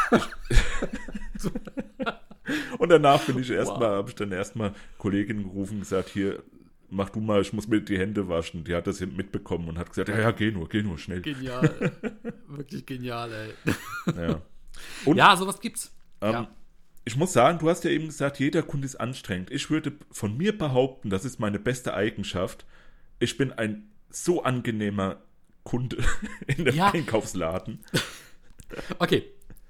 Und danach habe ich dann erstmal Kolleginnen gerufen und gesagt, hier, mach du mal, ich muss mir die Hände waschen. Die hat das mitbekommen und hat gesagt, ja, geh nur, schnell. Genial. Wirklich genial, ey. Ja, und, ja, sowas gibt's. Ja. Ich muss sagen, du hast ja eben gesagt, jeder Kunde ist anstrengend. Ich würde von mir behaupten, das ist meine beste Eigenschaft. Ich bin ein so angenehmer Kunde in dem Einkaufsladen. Okay.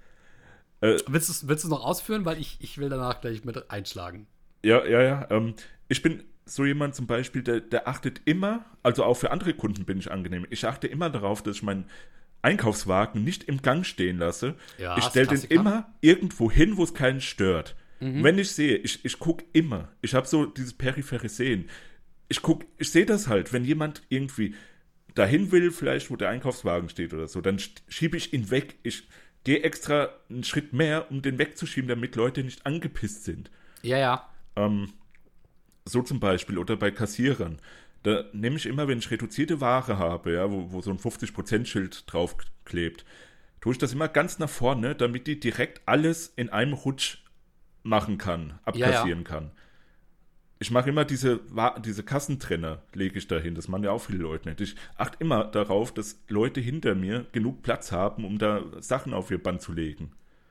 Willst du es noch ausführen? Weil ich will danach gleich mit einschlagen. Ja. Ich bin so jemand zum Beispiel, der achtet immer, also auch für andere Kunden bin ich angenehm. Ich achte immer darauf, dass ich meinen Einkaufswagen nicht im Gang stehen lasse. Ja, ich stelle den immer irgendwo hin, wo es keinen stört. Wenn ich sehe, ich gucke immer, ich habe so dieses periphere Sehen. Ich sehe das halt, wenn jemand irgendwie dahin will, vielleicht wo der Einkaufswagen steht oder so, dann schiebe ich ihn weg. Ich gehe extra einen Schritt mehr, um den wegzuschieben, damit Leute nicht angepisst sind. Ja. So zum Beispiel, oder bei Kassierern. Da nehme ich immer, wenn ich reduzierte Ware habe, ja, wo so ein 50%-Schild draufklebt, tue ich das immer ganz nach vorne, damit die direkt alles in einem Rutsch machen kann, abkassieren kann. Ich mache immer diese Kassentrenner, lege ich dahin. Das machen ja auch viele Leute nicht. Ich achte immer darauf, dass Leute hinter mir genug Platz haben, um da Sachen auf ihr Band zu legen.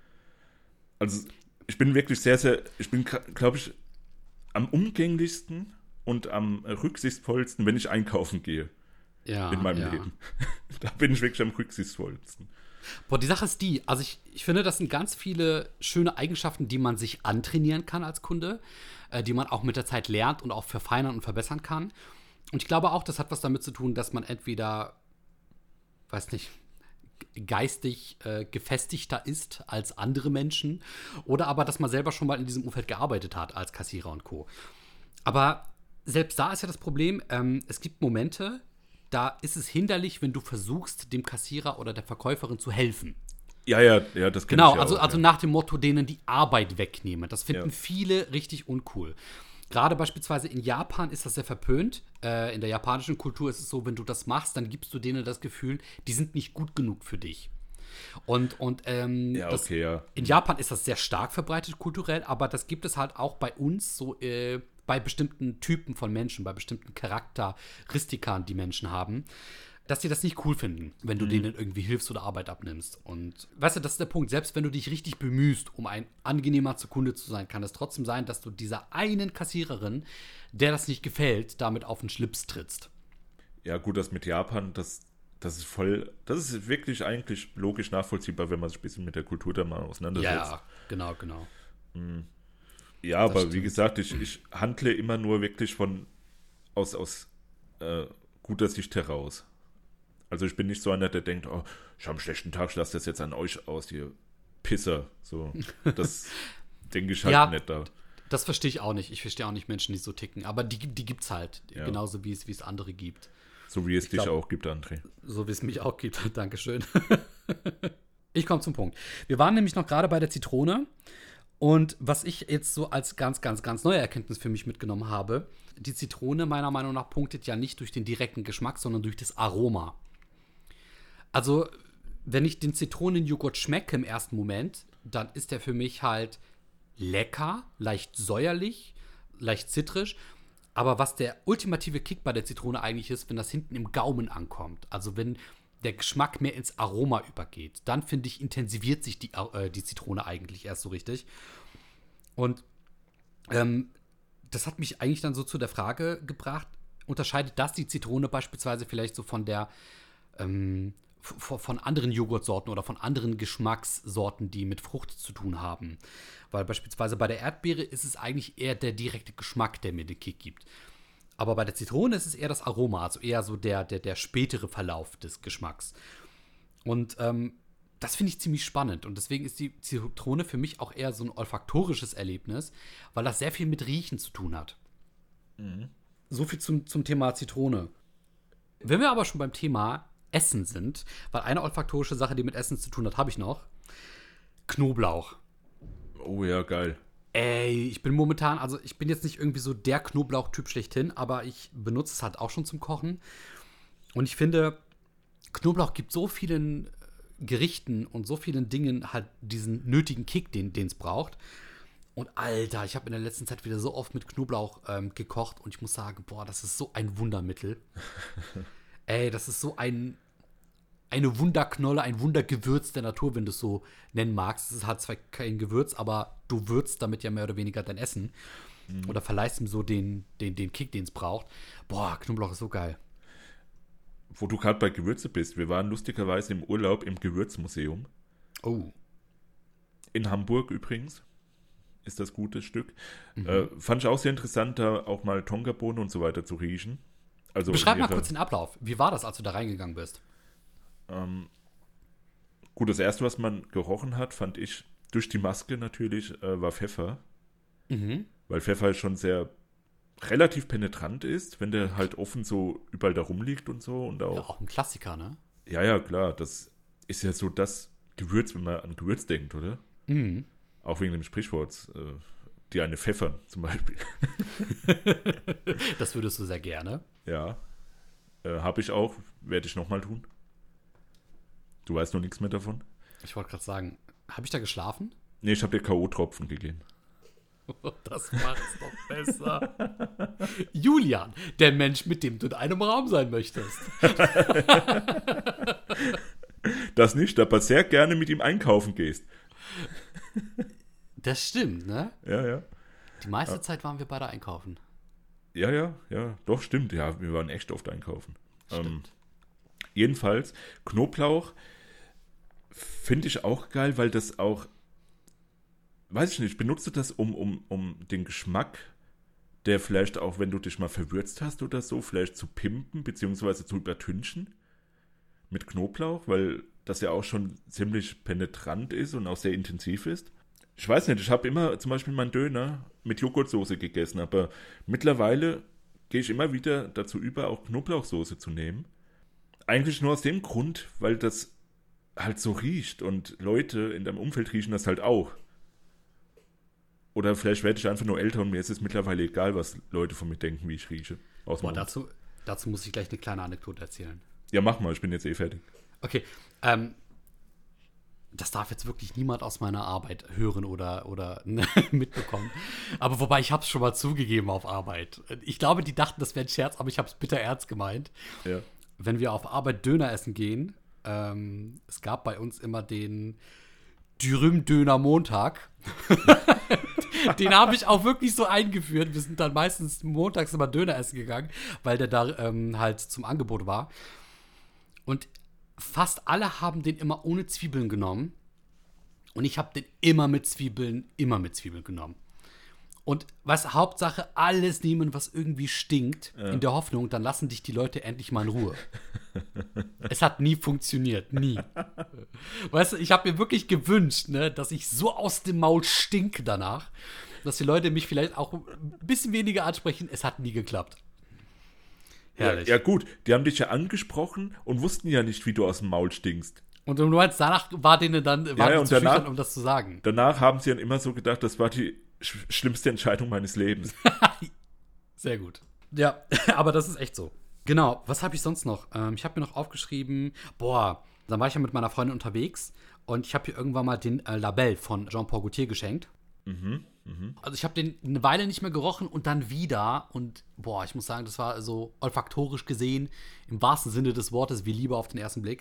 Also ich bin wirklich glaube ich, am umgänglichsten und am rücksichtsvollsten, wenn ich einkaufen gehe in meinem Leben. Da bin ich wirklich am rücksichtsvollsten. Boah, die Sache ist also ich finde, das sind ganz viele schöne Eigenschaften, die man sich antrainieren kann als Kunde, die man auch mit der Zeit lernt und auch verfeinern und verbessern kann. Und ich glaube auch, das hat was damit zu tun, dass man entweder, weiß nicht, geistig gefestigter ist als andere Menschen oder aber, dass man selber schon mal in diesem Umfeld gearbeitet hat als Kassierer und Co. Aber selbst da ist ja das Problem, es gibt Momente, da ist es hinderlich, wenn du versuchst, dem Kassierer oder der Verkäuferin zu helfen. Ja, das kenne Genau, ich ja auch. also Ja. nach dem Motto, denen die Arbeit wegnehmen. Das finden Ja. viele richtig uncool. Gerade beispielsweise in Japan ist das sehr verpönt. In der japanischen Kultur ist es so, wenn du das machst, dann gibst du denen das Gefühl, die sind nicht gut genug für dich. Ja, okay, ja. In Japan ist das sehr stark verbreitet kulturell, aber das gibt es halt auch bei uns so bei bestimmten Typen von Menschen, bei bestimmten Charakteristikern, die Menschen haben, dass sie das nicht cool finden, wenn du denen irgendwie hilfst oder Arbeit abnimmst. Und weißt du, das ist der Punkt. Selbst wenn du dich richtig bemühst, um ein angenehmer Kunde zu sein, kann es trotzdem sein, dass du dieser einen Kassiererin, der das nicht gefällt, damit auf den Schlips trittst. Ja, gut, das mit Japan, das ist wirklich eigentlich logisch nachvollziehbar, wenn man sich ein bisschen mit der Kultur da mal auseinandersetzt. Ja, genau. Ja, aber wie stimmt. gesagt, ich handle immer nur wirklich aus guter Sicht heraus. Also ich bin nicht so einer, der denkt, oh, ich habe einen schlechten Tag, ich lasse das jetzt an euch aus, ihr Pisser. So, das denke ich halt Ja, nicht da. das verstehe ich auch nicht. Ich verstehe auch nicht Menschen, die so ticken. Aber die gibt's halt. Ja. Genauso wie es andere gibt. So wie es dich glaub- auch gibt, André. So wie es mich auch gibt. Dankeschön. Ich komme zum Punkt. Wir waren nämlich noch gerade bei der Zitrone. Und was ich jetzt so als ganz, ganz, ganz neue Erkenntnis für mich mitgenommen habe, die Zitrone meiner Meinung nach punktet ja nicht durch den direkten Geschmack, sondern durch das Aroma. Also, wenn ich den Zitronenjoghurt schmecke im ersten Moment, dann ist der für mich halt lecker, leicht säuerlich, leicht zitrisch. Aber was der ultimative Kick bei der Zitrone eigentlich ist, wenn das hinten im Gaumen ankommt, also wenn der Geschmack mehr ins Aroma übergeht, dann finde ich, intensiviert sich die Zitrone eigentlich erst so richtig. Und das hat mich eigentlich dann so zu der Frage gebracht, unterscheidet das die Zitrone beispielsweise vielleicht so von der von anderen Joghurtsorten oder von anderen Geschmackssorten, die mit Frucht zu tun haben. Weil beispielsweise bei der Erdbeere ist es eigentlich eher der direkte Geschmack, der mir den Kick gibt. Aber bei der Zitrone ist es eher das Aroma, also eher so der spätere Verlauf des Geschmacks. Und das finde ich ziemlich spannend. Und deswegen ist die Zitrone für mich auch eher so ein olfaktorisches Erlebnis, weil das sehr viel mit Riechen zu tun hat. So viel zum Thema Zitrone. Wenn wir aber schon beim Thema Essen sind, weil eine olfaktorische Sache, die mit Essen zu tun hat, habe ich noch. Knoblauch. Oh ja, geil. Ey, ich bin momentan, also ich bin jetzt nicht irgendwie so der Knoblauch-Typ schlechthin, aber ich benutze es halt auch schon zum Kochen. Und ich finde, Knoblauch gibt so vielen Gerichten und so vielen Dingen halt diesen nötigen Kick, den es braucht. Und Alter, ich habe in der letzten Zeit wieder so oft mit Knoblauch gekocht und ich muss sagen, boah, das ist so ein Wundermittel. Ey, das ist so eine Wunderknolle, ein Wundergewürz der Natur, wenn du es so nennen magst. Es ist halt zwar kein Gewürz, aber du würzt damit ja mehr oder weniger dein Essen. Oder verleihst ihm so den Kick, den es braucht. Boah, Knoblauch ist so geil. Wo du gerade bei Gewürze bist, wir waren lustigerweise im Urlaub im Gewürzmuseum. Oh. In Hamburg übrigens. Ist das gutes Stück. Fand ich auch sehr interessant, da auch mal Tonkabohnen und so weiter zu riechen. Also Beschreib mal kurz den Ablauf. Wie war das, als du da reingegangen bist? Gut, das erste, was man gerochen hat, fand ich, durch die Maske natürlich, war Pfeffer. Weil Pfeffer schon sehr relativ penetrant ist, wenn der halt offen so überall da rumliegt und so. Und Ja, auch, auch ein Klassiker, ne? ja, klar, das ist ja so das Gewürz, wenn man an Gewürz denkt, oder? Auch wegen dem Sprichwort, die eine pfeffern zum Beispiel. Das würdest du sehr gerne. Ja, habe ich auch, werde ich nochmal tun. Du weißt noch nichts mehr davon? Ich wollte gerade sagen, habe ich da geschlafen? Nee, ich habe dir K.O.-Tropfen gegeben. Das macht's doch besser. Julian, der Mensch, mit dem du in einem Raum sein möchtest. Das nicht, aber sehr gerne mit ihm einkaufen gehst. Das stimmt, ne? Ja. Die meiste Zeit waren wir beide einkaufen. Ja, doch, stimmt. Ja, wir waren echt oft einkaufen. Stimmt. Jedenfalls, Knoblauch finde ich auch geil, weil das auch, weiß ich nicht, ich benutze das, um den Geschmack, der vielleicht auch, wenn du dich mal verwürzt hast oder so, vielleicht zu pimpen, beziehungsweise zu übertünchen mit Knoblauch, weil das ja auch schon ziemlich penetrant ist und auch sehr intensiv ist. Ich weiß nicht, ich habe immer zum Beispiel meinen Döner mit Joghurtsoße gegessen, aber mittlerweile gehe ich immer wieder dazu über, auch Knoblauchsoße zu nehmen. Eigentlich nur aus dem Grund, weil das halt so riecht und Leute in deinem Umfeld riechen das halt auch. Oder vielleicht werde ich einfach nur älter und mir ist es mittlerweile egal, was Leute von mir denken, wie ich rieche. Boah, dazu muss ich gleich eine kleine Anekdote erzählen. Ja, mach mal, ich bin jetzt fertig. Okay, das darf jetzt wirklich niemand aus meiner Arbeit hören oder mitbekommen. Aber wobei, ich habe es schon mal zugegeben auf Arbeit. Ich glaube, die dachten, das wäre ein Scherz, aber ich habe es bitter ernst gemeint. Ja. Wenn wir auf Arbeit Döner essen gehen, es gab bei uns immer den Dürüm-Döner Montag. Den habe ich auch wirklich so eingeführt. Wir sind dann meistens montags immer Döner essen gegangen, weil der da halt zum Angebot war. Und fast alle haben den immer ohne Zwiebeln genommen. Und ich habe den immer mit Zwiebeln genommen. Und was Hauptsache, alles nehmen, was irgendwie stinkt, in der Hoffnung, dann lassen dich die Leute endlich mal in Ruhe. Es hat nie funktioniert, nie. Weißt du, ich habe mir wirklich gewünscht, ne, dass ich so aus dem Maul stinke danach, dass die Leute mich vielleicht auch ein bisschen weniger ansprechen. Es hat nie geklappt. Herrlich. Ja, gut, die haben dich ja angesprochen und wussten ja nicht, wie du aus dem Maul stinkst. Und du meinst, danach war denen dann und zu schüchtern, um das zu sagen. Danach haben sie dann immer so gedacht, das war die schlimmste Entscheidung meines Lebens. Sehr gut. Ja, aber das ist echt so. Genau, was habe ich sonst noch? Ich habe mir noch aufgeschrieben, dann war ich ja mit meiner Freundin unterwegs und ich habe ihr irgendwann mal den Labelle von Jean-Paul Gaultier geschenkt. Also ich habe den eine Weile nicht mehr gerochen und dann wieder und ich muss sagen, das war so olfaktorisch gesehen, im wahrsten Sinne des Wortes, wie Liebe auf den ersten Blick.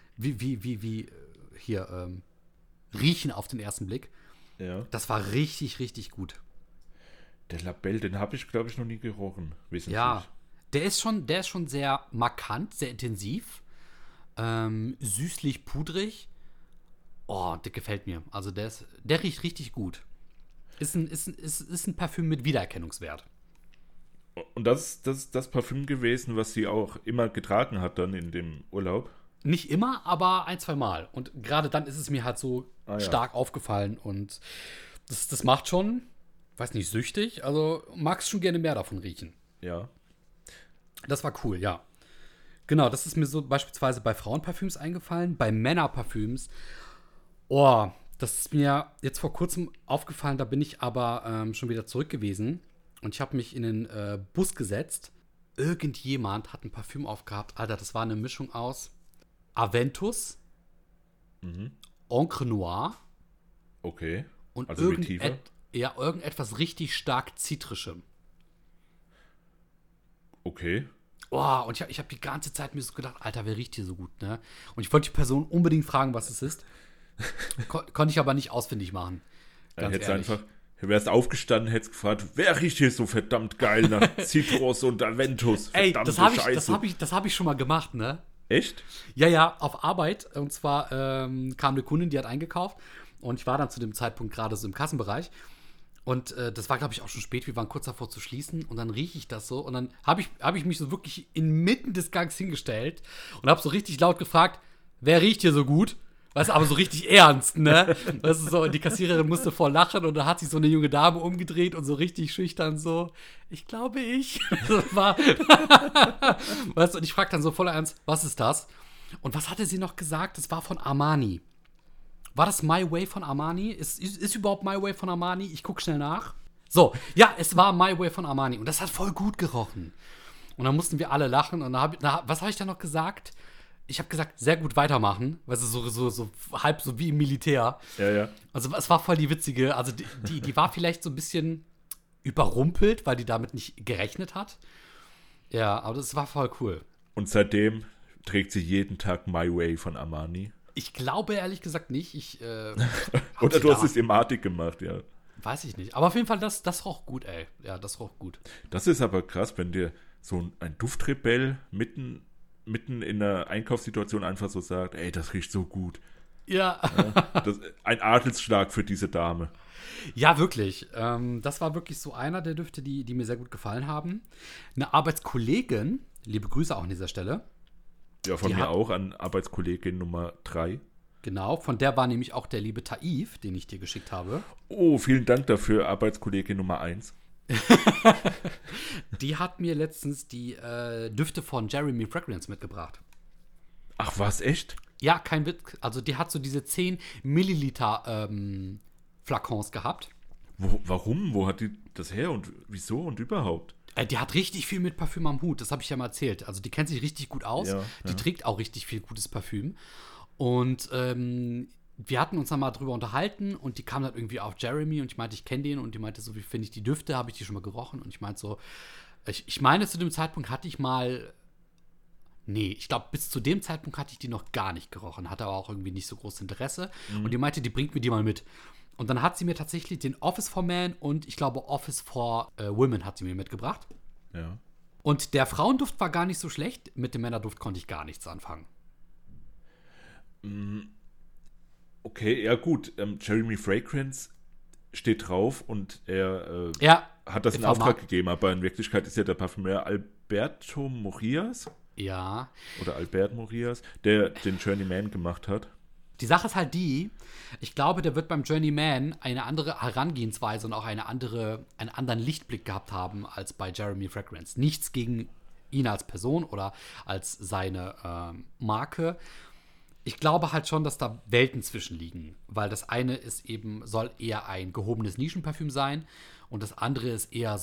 Riechen auf den ersten Blick. Ja. Das war richtig, richtig gut. Der Labelle, den habe ich, glaube ich, noch nie gerochen. Wissentlich. Ja, der ist schon sehr markant, sehr intensiv. Süßlich, pudrig. Oh, der gefällt mir. Also der riecht richtig gut. Ist ein Parfüm mit Wiedererkennungswert. Und das ist das Parfüm gewesen, was sie auch immer getragen hat dann in dem Urlaub? Nicht immer, aber 1-2 Mal. Und gerade dann ist es mir halt so stark aufgefallen. Und das macht schon, weiß nicht, süchtig. Also magst schon gerne mehr davon riechen. Ja. Das war cool, ja. Genau, das ist mir so beispielsweise bei Frauenparfüms eingefallen. Bei Männerparfüms, das ist mir jetzt vor kurzem aufgefallen. Da bin ich aber schon wieder zurück gewesen. Und ich habe mich in den Bus gesetzt. Irgendjemand hat ein Parfüm aufgehabt. Alter, das war eine Mischung aus Aventus, Encre Noir. Okay. Und also Vetiver. Irgendetwas richtig stark Zitrischem. Okay. Und ich hab die ganze Zeit mir so gedacht, Alter, wer riecht hier so gut, ne? Und ich wollte die Person unbedingt fragen, was es ist. Konnte ich aber nicht ausfindig machen. Ganz ehrlich. Du wärst aufgestanden, hättest gefragt, wer riecht hier so verdammt geil nach Citrus und Aventus? Ey, das hab ich schon mal gemacht, ne? Echt? Ja, auf Arbeit. Und zwar kam eine Kundin, die hat eingekauft. Und ich war dann zu dem Zeitpunkt gerade so im Kassenbereich. Und das war, glaube ich, auch schon spät. Wir waren kurz davor zu schließen. Und dann rieche ich das so. Und dann habe ich mich so wirklich inmitten des Gangs hingestellt. Und habe so richtig laut gefragt, wer riecht hier so gut? Weißt du, aber so richtig ernst, ne? Weißt du, so, und die Kassiererin musste voll lachen. Und da hat sich so eine junge Dame umgedreht und so richtig schüchtern so, ich glaube ich. Das war weißt du, und ich frage dann so voller Ernst, was ist das? Und was hatte sie noch gesagt? Das war von Armani. War das My Way von Armani? Ist überhaupt My Way von Armani? Ich gucke schnell nach. So, ja, es war My Way von Armani. Und das hat voll gut gerochen. Und dann mussten wir alle lachen. Und was habe ich dann noch gesagt? Ich habe gesagt, sehr gut weitermachen. Weißt du, so halb so wie im Militär. Ja. Also es war voll die witzige. Also die war vielleicht so ein bisschen überrumpelt, weil die damit nicht gerechnet hat. Ja, aber das war voll cool. Und seitdem trägt sie jeden Tag My Way von Armani? Ich glaube ehrlich gesagt nicht. Oder du hast es im Artig gemacht, ja. Weiß ich nicht. Aber auf jeden Fall, das roch gut, ey. Ja, das roch gut. Das ist aber krass, wenn dir so ein Duftrebell mitten in einer Einkaufssituation einfach so sagt, ey, das riecht so gut. Ja. Ein Adelsschlag für diese Dame. Ja, wirklich. Das war wirklich so einer der Düfte, die mir sehr gut gefallen haben. Eine Arbeitskollegin, liebe Grüße auch an dieser Stelle. Ja, von mir auch an Arbeitskollegin Nummer 3. Genau, von der war nämlich auch der liebe Taif, den ich dir geschickt habe. Oh, vielen Dank dafür, Arbeitskollegin Nummer 1. Die hat mir letztens die Düfte von Jeremy Fragrance mitgebracht. Ach was, echt? Ja, kein Witz. Also die hat so diese 10 Milliliter Flakons gehabt. Warum? Wo hat die das her und wieso und überhaupt? Die hat richtig viel mit Parfüm am Hut, das habe ich ja mal erzählt. Also die kennt sich richtig gut aus. Ja, Die ja. trägt auch richtig viel gutes Parfüm. Und wir hatten uns dann mal drüber unterhalten und die kam dann irgendwie auf Jeremy und ich meinte, ich kenne den und die meinte so, wie finde ich die Düfte, habe ich die schon mal gerochen? Und ich meinte so, ich meine, zu dem Zeitpunkt hatte ich mal, nee, ich glaube, bis zu dem Zeitpunkt hatte ich die noch gar nicht gerochen, hatte aber auch irgendwie nicht so großes Interesse. Und die meinte, die bringt mir die mal mit. Und dann hat sie mir tatsächlich den Office for Men und ich glaube Office for Women hat sie mir mitgebracht. Ja. Und der Frauenduft war gar nicht so schlecht, mit dem Männerduft konnte ich gar nichts anfangen. Okay, ja gut. Jeremy Fragrance steht drauf und er Ja, hat das in der Auftrag Vermarkt- gegeben, aber in Wirklichkeit ist ja der Parfümeur Alberto Morillas Ja. oder Albert Morillas, der den Journeyman gemacht hat. Die Sache ist halt die, ich glaube, der wird beim Journeyman eine andere Herangehensweise und auch einen anderen Lichtblick gehabt haben als bei Jeremy Fragrance. Nichts gegen ihn als Person oder als seine Marke. Ich glaube halt schon, dass da Welten zwischen liegen, weil das eine ist eben, soll eher ein gehobenes Nischenparfüm sein und das andere ist eher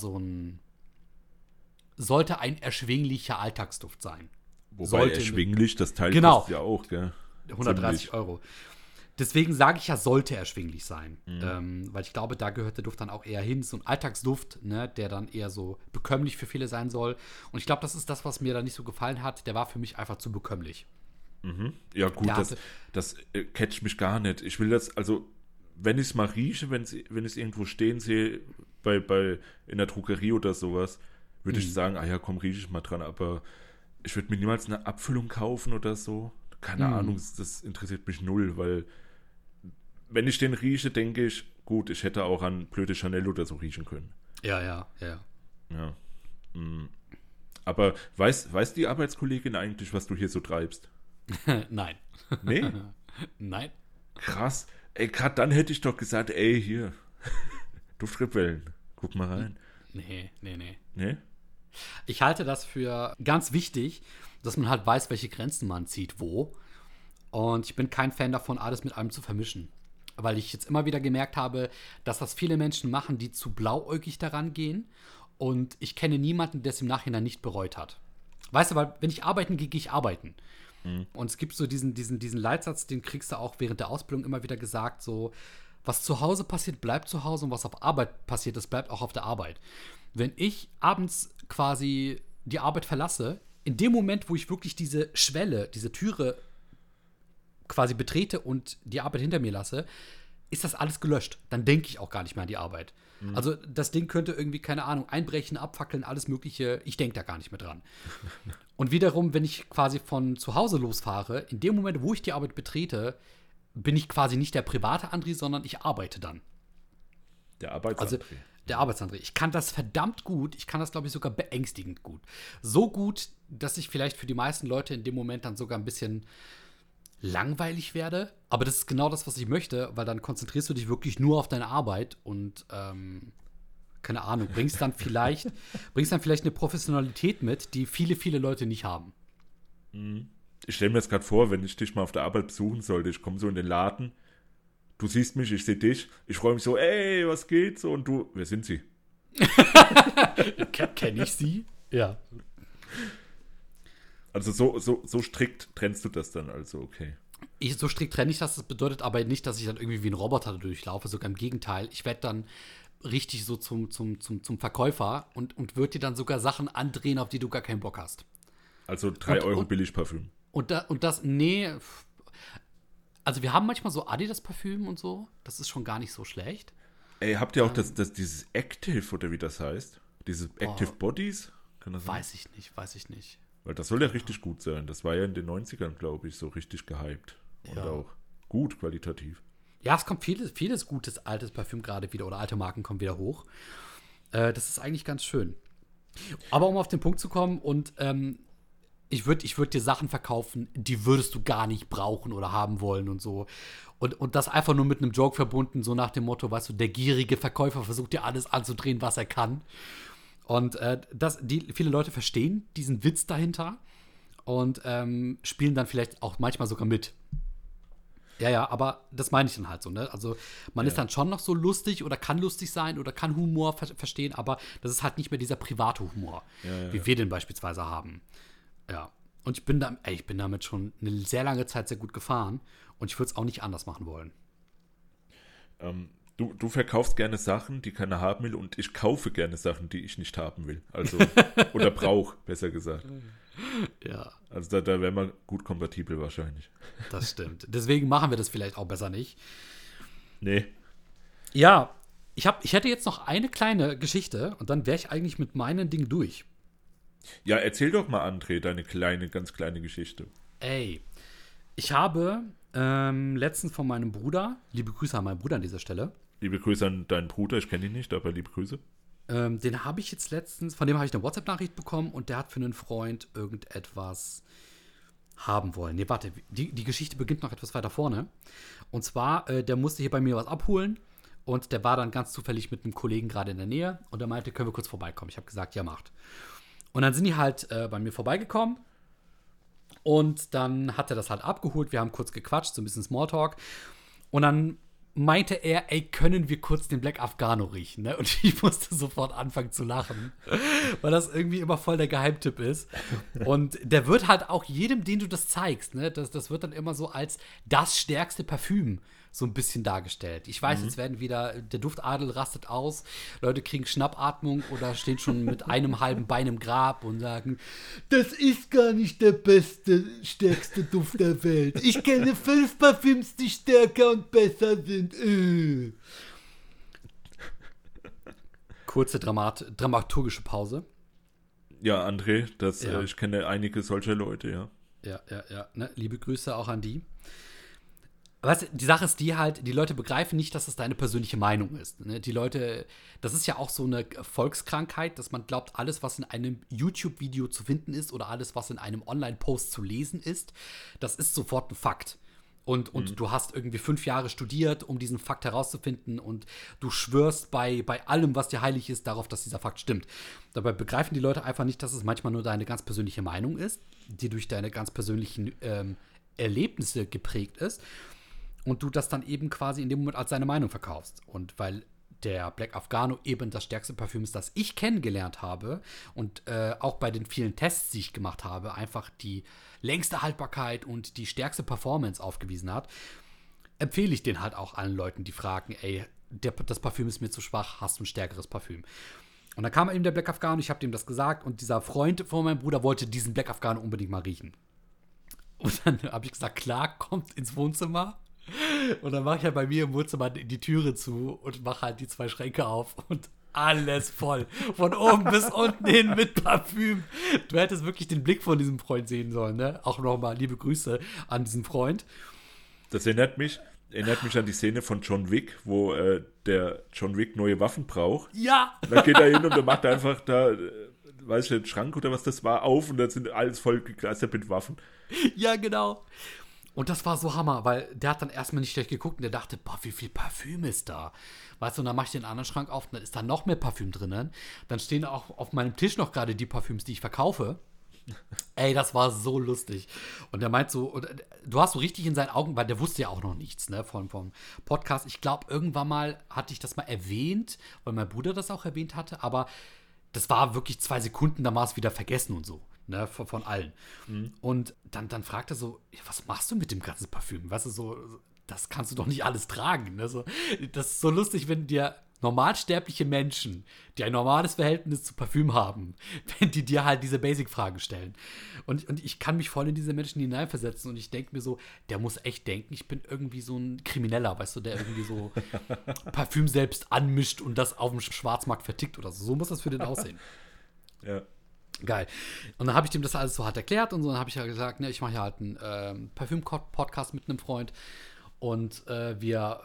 sollte ein erschwinglicher Alltagsduft sein. Wobei Sollte- erschwinglich, das Teil Genau. kostet ja auch, gell? 130 Ziemlich. Euro. Deswegen sage ich ja, sollte erschwinglich sein. Weil ich glaube, da gehört der Duft dann auch eher hin. So ein Alltagsduft, ne, der dann eher so bekömmlich für viele sein soll. Und ich glaube, das ist das, was mir da nicht so gefallen hat. Der war für mich einfach zu bekömmlich. Ja gut, Der das, hatte- das catcht mich gar nicht. Ich will das, also wenn ich es mal rieche, wenn ich es irgendwo stehen sehe, in der Drogerie oder sowas, würde ich sagen, ah ja, komm, rieche ich mal dran, aber ich würde mir niemals eine Abfüllung kaufen oder so. Keine Ahnung, das interessiert mich null, weil wenn ich den rieche, denke ich, gut, ich hätte auch an blöde Chanel oder so riechen können. Ja, ja, ja. Ja. Aber weiß die Arbeitskollegin eigentlich, was du hier so treibst? Nein. Nee? Nein. Krass. Ey, gerade dann hätte ich doch gesagt, ey, hier, Duftrebellen, guck mal rein. Nee. Nee? Ich halte das für ganz wichtig, dass man halt weiß, welche Grenzen man zieht, wo. Und ich bin kein Fan davon, alles mit allem zu vermischen. Weil ich jetzt immer wieder gemerkt habe, dass das viele Menschen machen, die zu blauäugig daran gehen. Und ich kenne niemanden, der es im Nachhinein nicht bereut hat. Weißt du, weil wenn ich arbeiten gehe, gehe ich arbeiten. Und es gibt so diesen Leitsatz, den kriegst du auch während der Ausbildung immer wieder gesagt, so, was zu Hause passiert, bleibt zu Hause und was auf Arbeit passiert, das bleibt auch auf der Arbeit. Wenn ich abends quasi die Arbeit verlasse, in dem Moment, wo ich wirklich diese Schwelle, diese Türe quasi betrete und die Arbeit hinter mir lasse, ist das alles gelöscht. Dann denke ich auch gar nicht mehr an die Arbeit. Also das Ding könnte irgendwie, keine Ahnung, einbrechen, abfackeln, alles Mögliche. Ich denke da gar nicht mehr dran. Und wiederum, wenn ich quasi von zu Hause losfahre, in dem Moment, wo ich die Arbeit betrete, bin ich quasi nicht der private André, sondern ich arbeite dann. Der Also Arbeitsandré. der Arbeitsandré. Ich kann das verdammt gut. Ich kann das, glaube ich, sogar beängstigend gut. So gut, dass ich vielleicht für die meisten Leute in dem Moment dann sogar ein bisschen langweilig werde. Aber das ist genau das, was ich möchte, weil dann konzentrierst du dich wirklich nur auf deine Arbeit und keine Ahnung, bringst dann vielleicht eine Professionalität mit, die viele, viele Leute nicht haben. Ich stelle mir jetzt gerade vor, wenn ich dich mal auf der Arbeit besuchen sollte, ich komme so in den Laden, du siehst mich, ich sehe dich, ich freue mich so, ey, was geht so? Und du, wer sind sie? Kenn ich sie? Ja. Also so strikt trennst du das dann, also okay. So strikt trenne ich das. Das bedeutet aber nicht, dass ich dann irgendwie wie ein Roboter durchlaufe. Sogar im Gegenteil. Ich werde dann richtig so zum Verkäufer und würde dir dann sogar Sachen andrehen, auf die du gar keinen Bock hast. Also 3 Euro und- Billigparfüm. Nee. Also wir haben manchmal so Adidas-Parfüm und so. Das ist schon gar nicht so schlecht. Ey, habt ihr auch dieses Active oder wie das heißt? Diese Active Bodies? Kann das sein? Weiß ich nicht. Weil das soll ja richtig gut sein. Das war ja in den 90ern, glaube ich, so richtig gehypt. Und Ja. auch gut qualitativ. Ja, es kommt vieles gutes altes Parfüm gerade wieder oder alte Marken kommen wieder hoch. Das ist eigentlich ganz schön. Aber um auf den Punkt zu kommen und ich würd dir Sachen verkaufen, die würdest du gar nicht brauchen oder haben wollen und so. Und das einfach nur mit einem Joke verbunden, so nach dem Motto, weißt du, der gierige Verkäufer versucht dir alles anzudrehen, was er kann. Und viele Leute verstehen diesen Witz dahinter. und spielen dann vielleicht auch manchmal sogar mit. Ja, aber das meine ich dann halt so, ne? Also man ist dann schon noch so lustig oder kann lustig sein oder kann Humor verstehen, aber das ist halt nicht mehr dieser private Humor, wie wir den beispielsweise haben. Ja. Und ich bin damit schon eine sehr lange Zeit sehr gut gefahren und ich würde es auch nicht anders machen wollen. Du verkaufst gerne Sachen, die keiner haben will, und ich kaufe gerne Sachen, die ich nicht haben will. Also, oder brauche, besser gesagt. Ja. Also da wären wir gut kompatibel wahrscheinlich. Das stimmt. Deswegen machen wir das vielleicht auch besser nicht. Nee. Ja, ich hätte jetzt noch eine kleine Geschichte und dann wäre ich eigentlich mit meinen Dingen durch. Ja, erzähl doch mal, André, deine ganz kleine Geschichte. Ey, ich habe letztens von meinem Bruder, liebe Grüße an meinen Bruder an dieser Stelle. Liebe Grüße an deinen Bruder, ich kenne ihn nicht, aber liebe Grüße. Den habe ich jetzt letztens, von dem habe ich eine WhatsApp-Nachricht bekommen und der hat für einen Freund irgendetwas haben wollen. Nee, warte, die Geschichte beginnt noch etwas weiter vorne. Und zwar, der musste hier bei mir was abholen und der war dann ganz zufällig mit einem Kollegen gerade in der Nähe und der meinte, können wir kurz vorbeikommen? Ich habe gesagt, ja, macht. Und dann sind die halt bei mir vorbeigekommen und dann hat er das halt abgeholt. Wir haben kurz gequatscht, so ein bisschen Smalltalk. Und dann meinte er, ey, können wir kurz den Black Afghano riechen, ne? Und ich musste sofort anfangen zu lachen, weil das irgendwie immer voll der Geheimtipp ist. Und der wird halt auch jedem, den du das zeigst, ne? Das wird dann immer so als das stärkste Parfüm so ein bisschen dargestellt. Ich weiß, jetzt werden wieder, der Duftadel rastet aus, Leute kriegen Schnappatmung oder stehen schon mit einem halben Bein im Grab und sagen, das ist gar nicht der beste, stärkste Duft der Welt. Ich kenne 5 Parfüms, die stärker und besser sind. Kurze dramaturgische Pause. Ja, André, ich kenne einige solcher Leute, ja. Ja. Ne? Liebe Grüße auch an die. Weißt du, die Sache ist die Leute begreifen nicht, dass es deine persönliche Meinung ist. Ne? Die Leute, das ist ja auch so eine Volkskrankheit, dass man glaubt, alles, was in einem YouTube-Video zu finden ist oder alles, was in einem Online-Post zu lesen ist, das ist sofort ein Fakt. Und du hast irgendwie 5 Jahre studiert, um diesen Fakt herauszufinden und du schwörst bei allem, was dir heilig ist, darauf, dass dieser Fakt stimmt. Dabei begreifen die Leute einfach nicht, dass es manchmal nur deine ganz persönliche Meinung ist, die durch deine ganz persönlichen Erlebnisse geprägt ist. Und du das dann eben quasi in dem Moment als seine Meinung verkaufst. Und weil der Black Afghano eben das stärkste Parfüm ist, das ich kennengelernt habe und auch bei den vielen Tests, die ich gemacht habe, einfach die längste Haltbarkeit und die stärkste Performance aufgewiesen hat, empfehle ich den halt auch allen Leuten, die fragen, ey, das Parfüm ist mir zu schwach, hast du ein stärkeres Parfüm? Und dann kam eben der Black Afghano, ich habe dem das gesagt und dieser Freund von meinem Bruder wollte diesen Black Afghano unbedingt mal riechen. Und dann habe ich gesagt, klar, kommt ins Wohnzimmer. Und dann mache ich halt bei mir im Wohnzimmer die Türe zu und mache halt die 2 Schränke auf und alles voll. Von oben bis unten hin mit Parfüm. Du hättest wirklich den Blick von diesem Freund sehen sollen, ne? Auch nochmal liebe Grüße an diesen Freund. Das erinnert mich an die Szene von John Wick, wo der John Wick neue Waffen braucht. Ja! Und dann geht er hin und dann macht er einfach da, weiß ich, den Schrank oder was das war, auf und dann sind alles voll gekleistert mit Waffen. Ja, genau. Und das war so Hammer, weil der hat dann erstmal nicht schlecht geguckt und der dachte, boah, wie viel Parfüm ist da? Weißt du, und dann mache ich den anderen Schrank auf und dann ist da noch mehr Parfüm drinnen. Dann stehen auch auf meinem Tisch noch gerade die Parfüms, die ich verkaufe. Ey, das war so lustig. Und der meint so, du hast so richtig in seinen Augen, weil der wusste ja auch noch nichts, ne, vom Podcast. Ich glaube, irgendwann mal hatte ich das mal erwähnt, weil mein Bruder das auch erwähnt hatte, aber das war wirklich 2 Sekunden, dann war es wieder vergessen und so. Ne, von allen. Und dann fragt er so, ja, was machst du mit dem ganzen Parfüm? Weißt du, so, das kannst du doch nicht alles tragen. Ne? So, das ist so lustig, wenn dir normalsterbliche Menschen, die ein normales Verhältnis zu Parfüm haben, wenn die dir halt diese Basic-Fragen stellen. Und ich kann mich voll in diese Menschen hineinversetzen und ich denke mir so, der muss echt denken, ich bin irgendwie so ein Krimineller, weißt du, der irgendwie so Parfüm selbst anmischt und das auf dem Schwarzmarkt vertickt oder so. So muss das für den aussehen. Ja. Geil. Und dann habe ich dem das alles so hart erklärt und so. Dann habe ich ja gesagt, ne, ich mache ja halt einen Parfüm-Podcast mit einem Freund. Und wir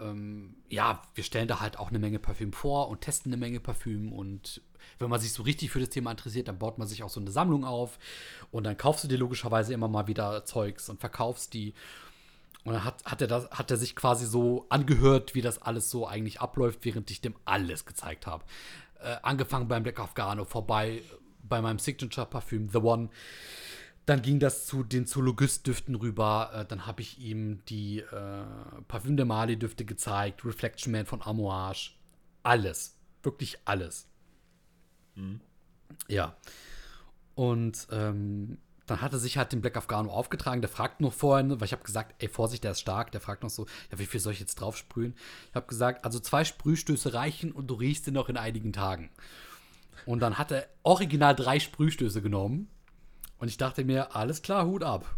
stellen da halt auch eine Menge Parfüm vor und testen eine Menge Parfüm. Und wenn man sich so richtig für das Thema interessiert, dann baut man sich auch so eine Sammlung auf. Und dann kaufst du dir logischerweise immer mal wieder Zeugs und verkaufst die. Und dann hat er sich quasi so angehört, wie das alles so eigentlich abläuft, während ich dem alles gezeigt habe. Angefangen beim Black Afghano, vorbei bei meinem Signature-Parfüm The One, Dann ging das zu den Zoologist-Düften rüber. Dann habe ich ihm die Parfüm de Marly-Düfte gezeigt, Reflection Man von Amouage. Alles. Wirklich alles. Mhm. Ja. Und dann hat er sich halt den Black Afghano aufgetragen. Der fragt noch vorhin, weil ich habe gesagt, ey, Vorsicht, der ist stark. Der fragt noch so, ja, wie viel soll ich jetzt drauf sprühen? Ich habe gesagt, also 2 Sprühstöße reichen und du riechst ihn noch in einigen Tagen. Und dann hat er original 3 Sprühstöße genommen. Und ich dachte mir, alles klar, Hut ab.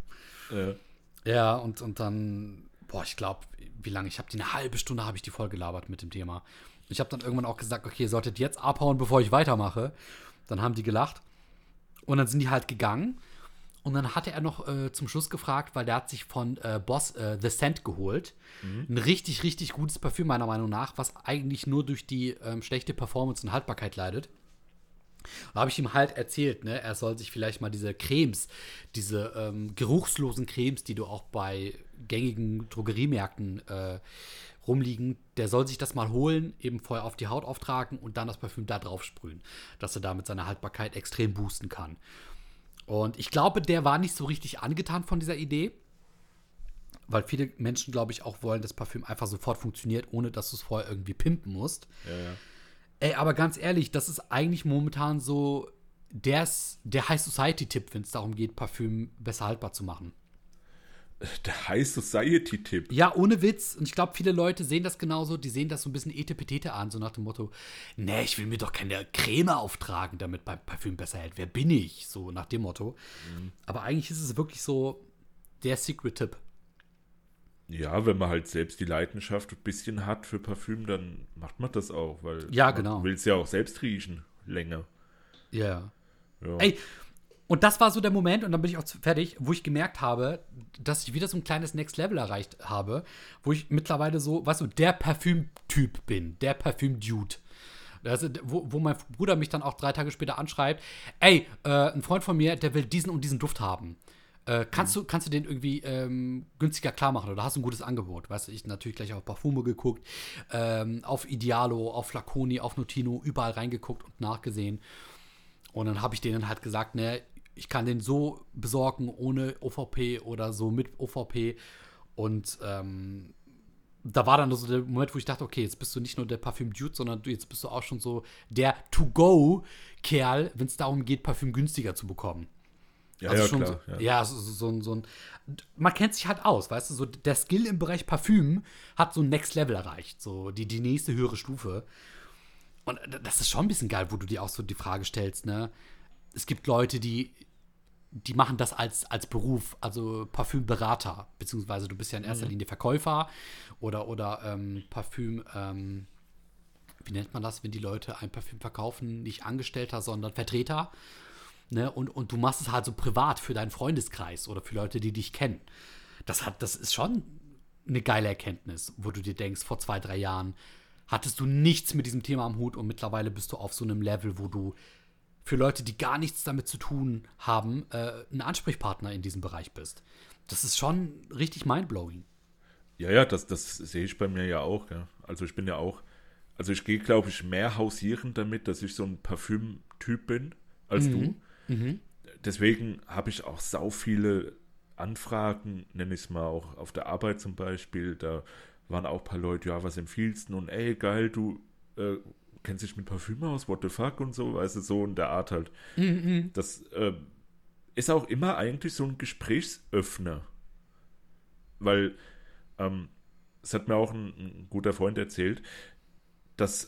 Ja, und dann, ich glaube, wie lange? Ich habe die eine halbe Stunde habe ich die voll gelabert mit dem Thema. Ich habe dann irgendwann auch gesagt, okay, ihr solltet jetzt abhauen, bevor ich weitermache. Dann haben die gelacht. Und dann sind die halt gegangen. Und dann hatte er noch zum Schluss gefragt, weil der hat sich von Boss The Scent geholt. Ein richtig, richtig gutes Parfüm, meiner Meinung nach, was eigentlich nur durch die schlechte Performance und Haltbarkeit leidet. Da habe ich ihm halt erzählt, ne, er soll sich vielleicht mal diese Cremes, diese geruchslosen Cremes, die du auch bei gängigen Drogeriemärkten rumliegen, der soll sich das mal holen, eben vorher auf die Haut auftragen und dann das Parfüm da drauf sprühen, dass er damit seine Haltbarkeit extrem boosten kann. Und ich glaube, der war nicht so richtig angetan von dieser Idee, weil viele Menschen, glaube ich, auch wollen, dass Parfüm einfach sofort funktioniert, ohne dass du es vorher irgendwie pimpen musst. Ja. Ey, aber ganz ehrlich, das ist eigentlich momentan so der High Society-Tipp, wenn es darum geht, Parfüm besser haltbar zu machen. Der High Society-Tipp. Ja, ohne Witz. Und ich glaube, viele Leute sehen das genauso. Die sehen das so ein bisschen etepetete an, so nach dem Motto, nee, ich will mir doch keine Creme auftragen, damit mein Parfüm besser hält. Wer bin ich? So nach dem Motto. Aber eigentlich ist es wirklich so der Secret-Tipp. Ja, wenn man halt selbst die Leidenschaft ein bisschen hat für Parfüm, dann macht man das auch, weil Ja, genau. man will es ja auch selbst riechen, länger. Ja. Ja. Ey, und das war so der Moment, und dann bin ich auch fertig, wo ich gemerkt habe, dass ich wieder so ein kleines Next Level erreicht habe, wo ich mittlerweile so, weißt du, der Parfüm-Typ bin, der Parfüm-Dude. Wo mein Bruder mich dann auch 3 Tage später anschreibt, ey, ein Freund von mir, der will diesen und diesen Duft haben. Kannst du den irgendwie günstiger klar machen oder hast du ein gutes Angebot? Weißt du, ich natürlich gleich auf Parfume geguckt, auf Idealo, auf Flaconi, auf Notino, überall reingeguckt und nachgesehen. Und dann habe ich denen halt gesagt, ne, ich kann den so besorgen ohne OVP oder so mit OVP. Und da war dann so der Moment, wo ich dachte, okay, jetzt bist du nicht nur der Parfüm-Dude, sondern jetzt bist du auch schon so der To-Go-Kerl, wenn es darum geht, Parfüm günstiger zu bekommen. Ja, Also ja, schon klar. so, Ja. ja, so ein. Man kennt sich halt aus, weißt du, so der Skill im Bereich Parfüm hat so ein Next Level erreicht, so die nächste höhere Stufe. Und das ist schon ein bisschen geil, wo du dir auch so die Frage stellst, ne? Es gibt Leute, die machen das als Beruf, also Parfümberater, beziehungsweise du bist ja in erster Linie Verkäufer oder Parfüm, wie nennt man das, wenn die Leute ein Parfüm verkaufen, nicht Angestellter, sondern Vertreter. Ne, und du machst es halt so privat für deinen Freundeskreis oder für Leute, die dich kennen. Das ist schon eine geile Erkenntnis, wo du dir denkst, vor 2, 3 Jahren hattest du nichts mit diesem Thema am Hut und mittlerweile bist du auf so einem Level, wo du für Leute, die gar nichts damit zu tun haben, ein Ansprechpartner in diesem Bereich bist. Das ist schon richtig mindblowing. Ja, das sehe ich bei mir ja auch. Ja. Also ich bin ja auch, also ich gehe, glaube ich, mehr hausieren damit, dass ich so ein Parfüm-Typ bin als du. Deswegen habe ich auch sau viele Anfragen, nenne ich es mal auch auf der Arbeit zum Beispiel. Da waren auch ein paar Leute, ja, was empfiehlst du? Und ey, geil, du kennst dich mit Parfüm aus, what the fuck und so, weißt du, so in der Art halt. Das ist auch immer eigentlich so ein Gesprächsöffner. Weil es hat mir auch ein guter Freund erzählt, dass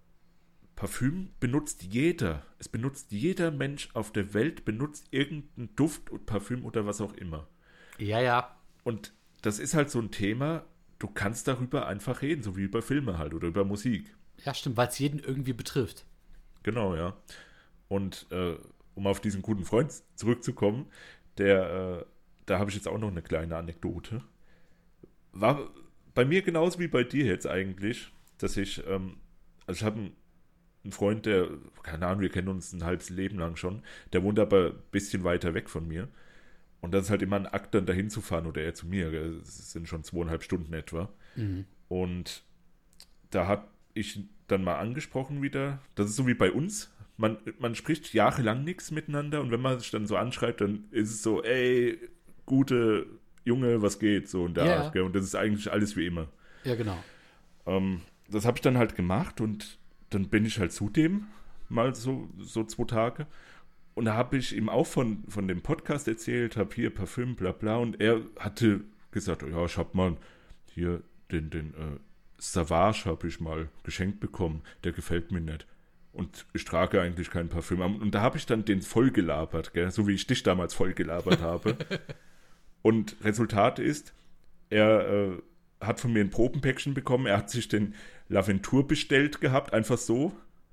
Parfüm benutzt jeder. Es benutzt jeder Mensch auf der Welt, benutzt irgendeinen Duft und Parfüm oder was auch immer. Ja, ja. Und das ist halt so ein Thema, du kannst darüber einfach reden, so wie über Filme halt oder über Musik. Ja, stimmt, weil es jeden irgendwie betrifft. Genau, ja. Und um auf diesen guten Freund zurückzukommen, da habe ich jetzt auch noch eine kleine Anekdote. War bei mir genauso wie bei dir jetzt eigentlich, dass ich ich habe einen Freund, der, keine Ahnung, wir kennen uns ein halbes Leben lang schon, der wohnt aber ein bisschen weiter weg von mir. Und das ist halt immer ein Akt, dann dahin zu fahren oder er zu mir. Das sind schon 2,5 Stunden etwa. Und da habe ich dann mal angesprochen wieder, das ist so wie bei uns, man spricht jahrelang nichts miteinander und wenn man sich dann so anschreibt, dann ist es so, ey, gute Junge, was geht? So in der Art, gell? Und das ist eigentlich alles wie immer. Ja, genau. Das habe ich dann halt gemacht und dann bin ich halt zu dem mal so 2 Tage und da habe ich ihm auch von dem Podcast erzählt, habe hier Parfüm, bla bla und er hatte gesagt, ja, ich habe mal hier den Savage habe ich mal geschenkt bekommen, der gefällt mir nicht. Und ich trage eigentlich kein Parfüm. Und da habe ich dann den vollgelabert, gell? So wie ich dich damals vollgelabert habe. Und Resultat ist, er hat von mir ein Probenpäckchen bekommen. Er hat sich den Laventur bestellt gehabt, einfach so.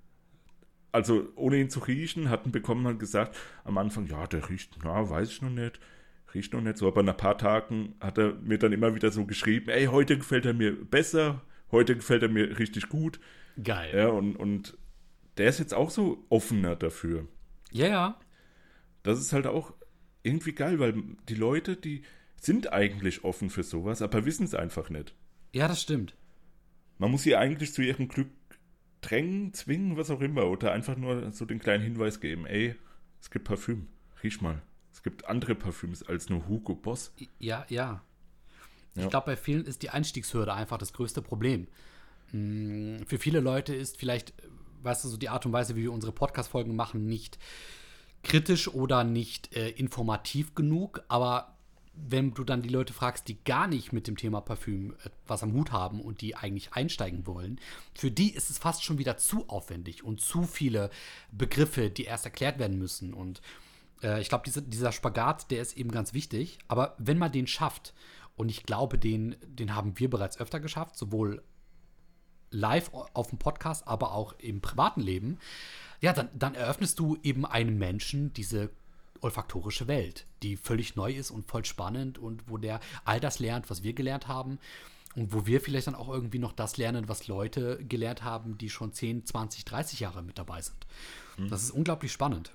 Also ohne ihn zu riechen, hat ihn bekommen und gesagt, am Anfang, ja, der riecht, na, weiß ich noch nicht. Riecht noch nicht so. Aber nach ein paar Tagen hat er mir dann immer wieder so geschrieben, ey, heute gefällt er mir besser, heute gefällt er mir richtig gut. Geil. Ja, und der ist jetzt auch so offener dafür. Ja, ja. Das ist halt auch irgendwie geil, weil die Leute, die sind eigentlich offen für sowas, aber wissen es einfach nicht. Ja, das stimmt. Man muss sie eigentlich zu ihrem Glück drängen, zwingen, was auch immer, oder einfach nur so den kleinen Hinweis geben, ey, es gibt Parfüm, riech mal. Es gibt andere Parfüms als nur Hugo Boss. Ja, ja. Ich glaube, bei vielen ist die Einstiegshürde einfach das größte Problem. Für viele Leute ist vielleicht, weißt du, so die Art und Weise, wie wir unsere Podcast-Folgen machen, nicht kritisch oder nicht informativ genug. Aber wenn du dann die Leute fragst, die gar nicht mit dem Thema Parfüm was am Hut haben und die eigentlich einsteigen wollen, für die ist es fast schon wieder zu aufwendig und zu viele Begriffe, die erst erklärt werden müssen. Und ich glaube, dieser Spagat, der ist eben ganz wichtig. Aber wenn man den schafft, und ich glaube, den haben wir bereits öfter geschafft, sowohl live auf dem Podcast, aber auch im privaten Leben, ja, dann eröffnest du eben einem Menschen diese olfaktorische Welt, die völlig neu ist und voll spannend und wo der all das lernt, was wir gelernt haben und wo wir vielleicht dann auch irgendwie noch das lernen, was Leute gelernt haben, die schon 10, 20, 30 Jahre mit dabei sind. Das ist unglaublich spannend.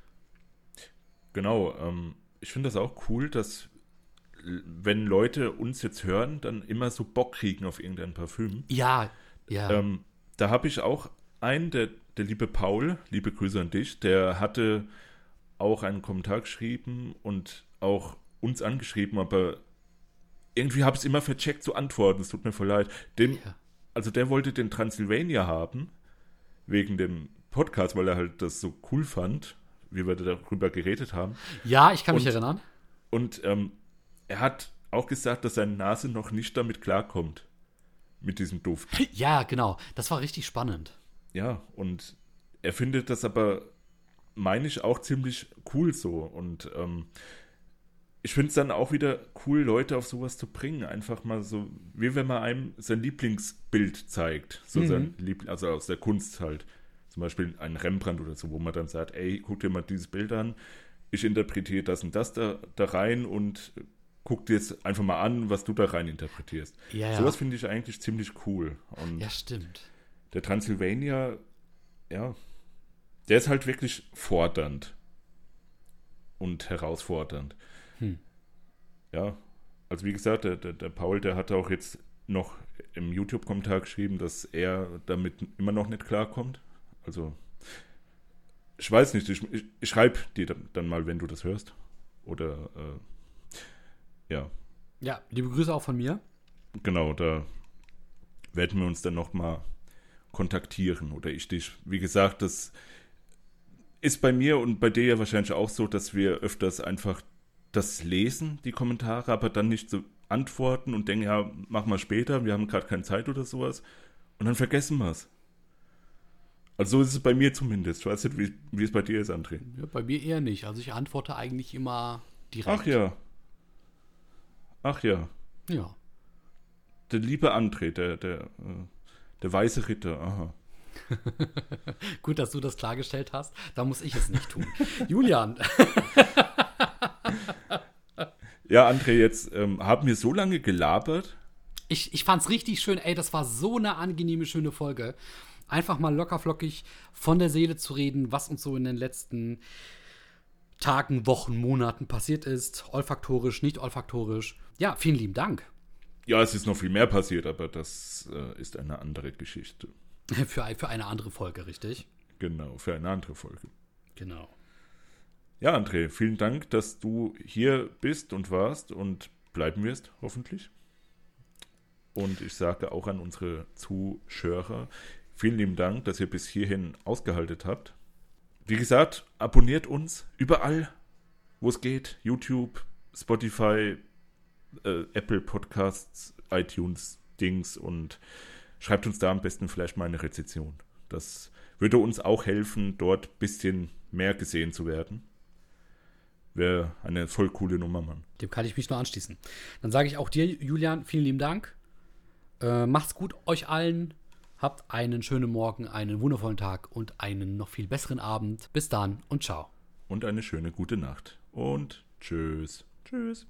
Genau, ich finde das auch cool, dass wenn Leute uns jetzt hören, dann immer so Bock kriegen auf irgendein Parfüm. Ja, ja. Da habe ich auch einen, der liebe Paul, liebe Grüße an dich, der hatte auch einen Kommentar geschrieben und auch uns angeschrieben, aber irgendwie habe ich es immer vercheckt zu antworten, es tut mir voll leid. Also der wollte den Transylvania haben, wegen dem Podcast, weil er halt das so cool fand, wie wir darüber geredet haben. Ja, ich kann mich erinnern. Und er hat auch gesagt, dass seine Nase noch nicht damit klarkommt, mit diesem Duft. Ja, genau. Das war richtig spannend. Ja, und er findet das aber, meine ich, auch ziemlich cool so. Und ich finde es dann auch wieder cool, Leute auf sowas zu bringen. Einfach mal so, wie wenn man einem sein Lieblingsbild zeigt. So sein also aus der Kunst halt. Zum Beispiel ein Rembrandt oder so, wo man dann sagt, ey, guck dir mal dieses Bild an. Ich interpretiere das und das da rein und guck dir jetzt einfach mal an, was du da rein interpretierst. Ja, ja. Sowas finde ich eigentlich ziemlich cool. Und ja, stimmt. der Transylvania, ja, der ist halt wirklich fordernd und herausfordernd. Ja, also wie gesagt, der Paul, der hatte auch jetzt noch im YouTube-Kommentar geschrieben, dass er damit immer noch nicht klarkommt. Also, ich weiß nicht, ich schreibe dir dann mal, wenn du das hörst. Oder, ja. Ja, liebe Grüße auch von mir. Genau, da werden wir uns dann nochmal kontaktieren oder ich dich. Wie gesagt, das ist bei mir und bei dir ja wahrscheinlich auch so, dass wir öfters einfach das lesen, die Kommentare, aber dann nicht so antworten und denken, ja, machen wir später, wir haben gerade keine Zeit oder sowas. Und dann vergessen wir es. Also so ist es bei mir zumindest. Ich weiß nicht, wie es bei dir ist, André. Ja, bei mir eher nicht. Also ich antworte eigentlich immer direkt. Ach ja. Ja. Der liebe André, der weiße Ritter, aha. Gut, dass du das klargestellt hast. Da muss ich es nicht tun. Julian. Ja, André, jetzt haben wir so lange gelabert. Ich fand's richtig schön. Ey, das war so eine angenehme, schöne Folge. Einfach mal lockerflockig von der Seele zu reden, was uns so in den letzten Tagen, Wochen, Monaten passiert ist. Olfaktorisch, nicht olfaktorisch. Ja, vielen lieben Dank. Ja, es ist noch viel mehr passiert, aber das ist eine andere Geschichte. Für eine andere Folge, richtig? Genau, für eine andere Folge. Genau. Ja, André, vielen Dank, dass du hier bist und warst und bleiben wirst, hoffentlich. Und ich sage auch an unsere Zuschauer, vielen lieben Dank, dass ihr bis hierhin ausgehalten habt. Wie gesagt, abonniert uns überall, wo es geht. YouTube, Spotify, Apple Podcasts, iTunes, Dings und schreibt uns da am besten vielleicht mal eine Rezension. Das würde uns auch helfen, dort ein bisschen mehr gesehen zu werden. Wäre eine voll coole Nummer, Mann. Dem kann ich mich nur anschließen. Dann sage ich auch dir, Julian, vielen lieben Dank. Macht's gut euch allen. Habt einen schönen Morgen, einen wundervollen Tag und einen noch viel besseren Abend. Bis dann und ciao. Und eine schöne gute Nacht. Und tschüss. Tschüss.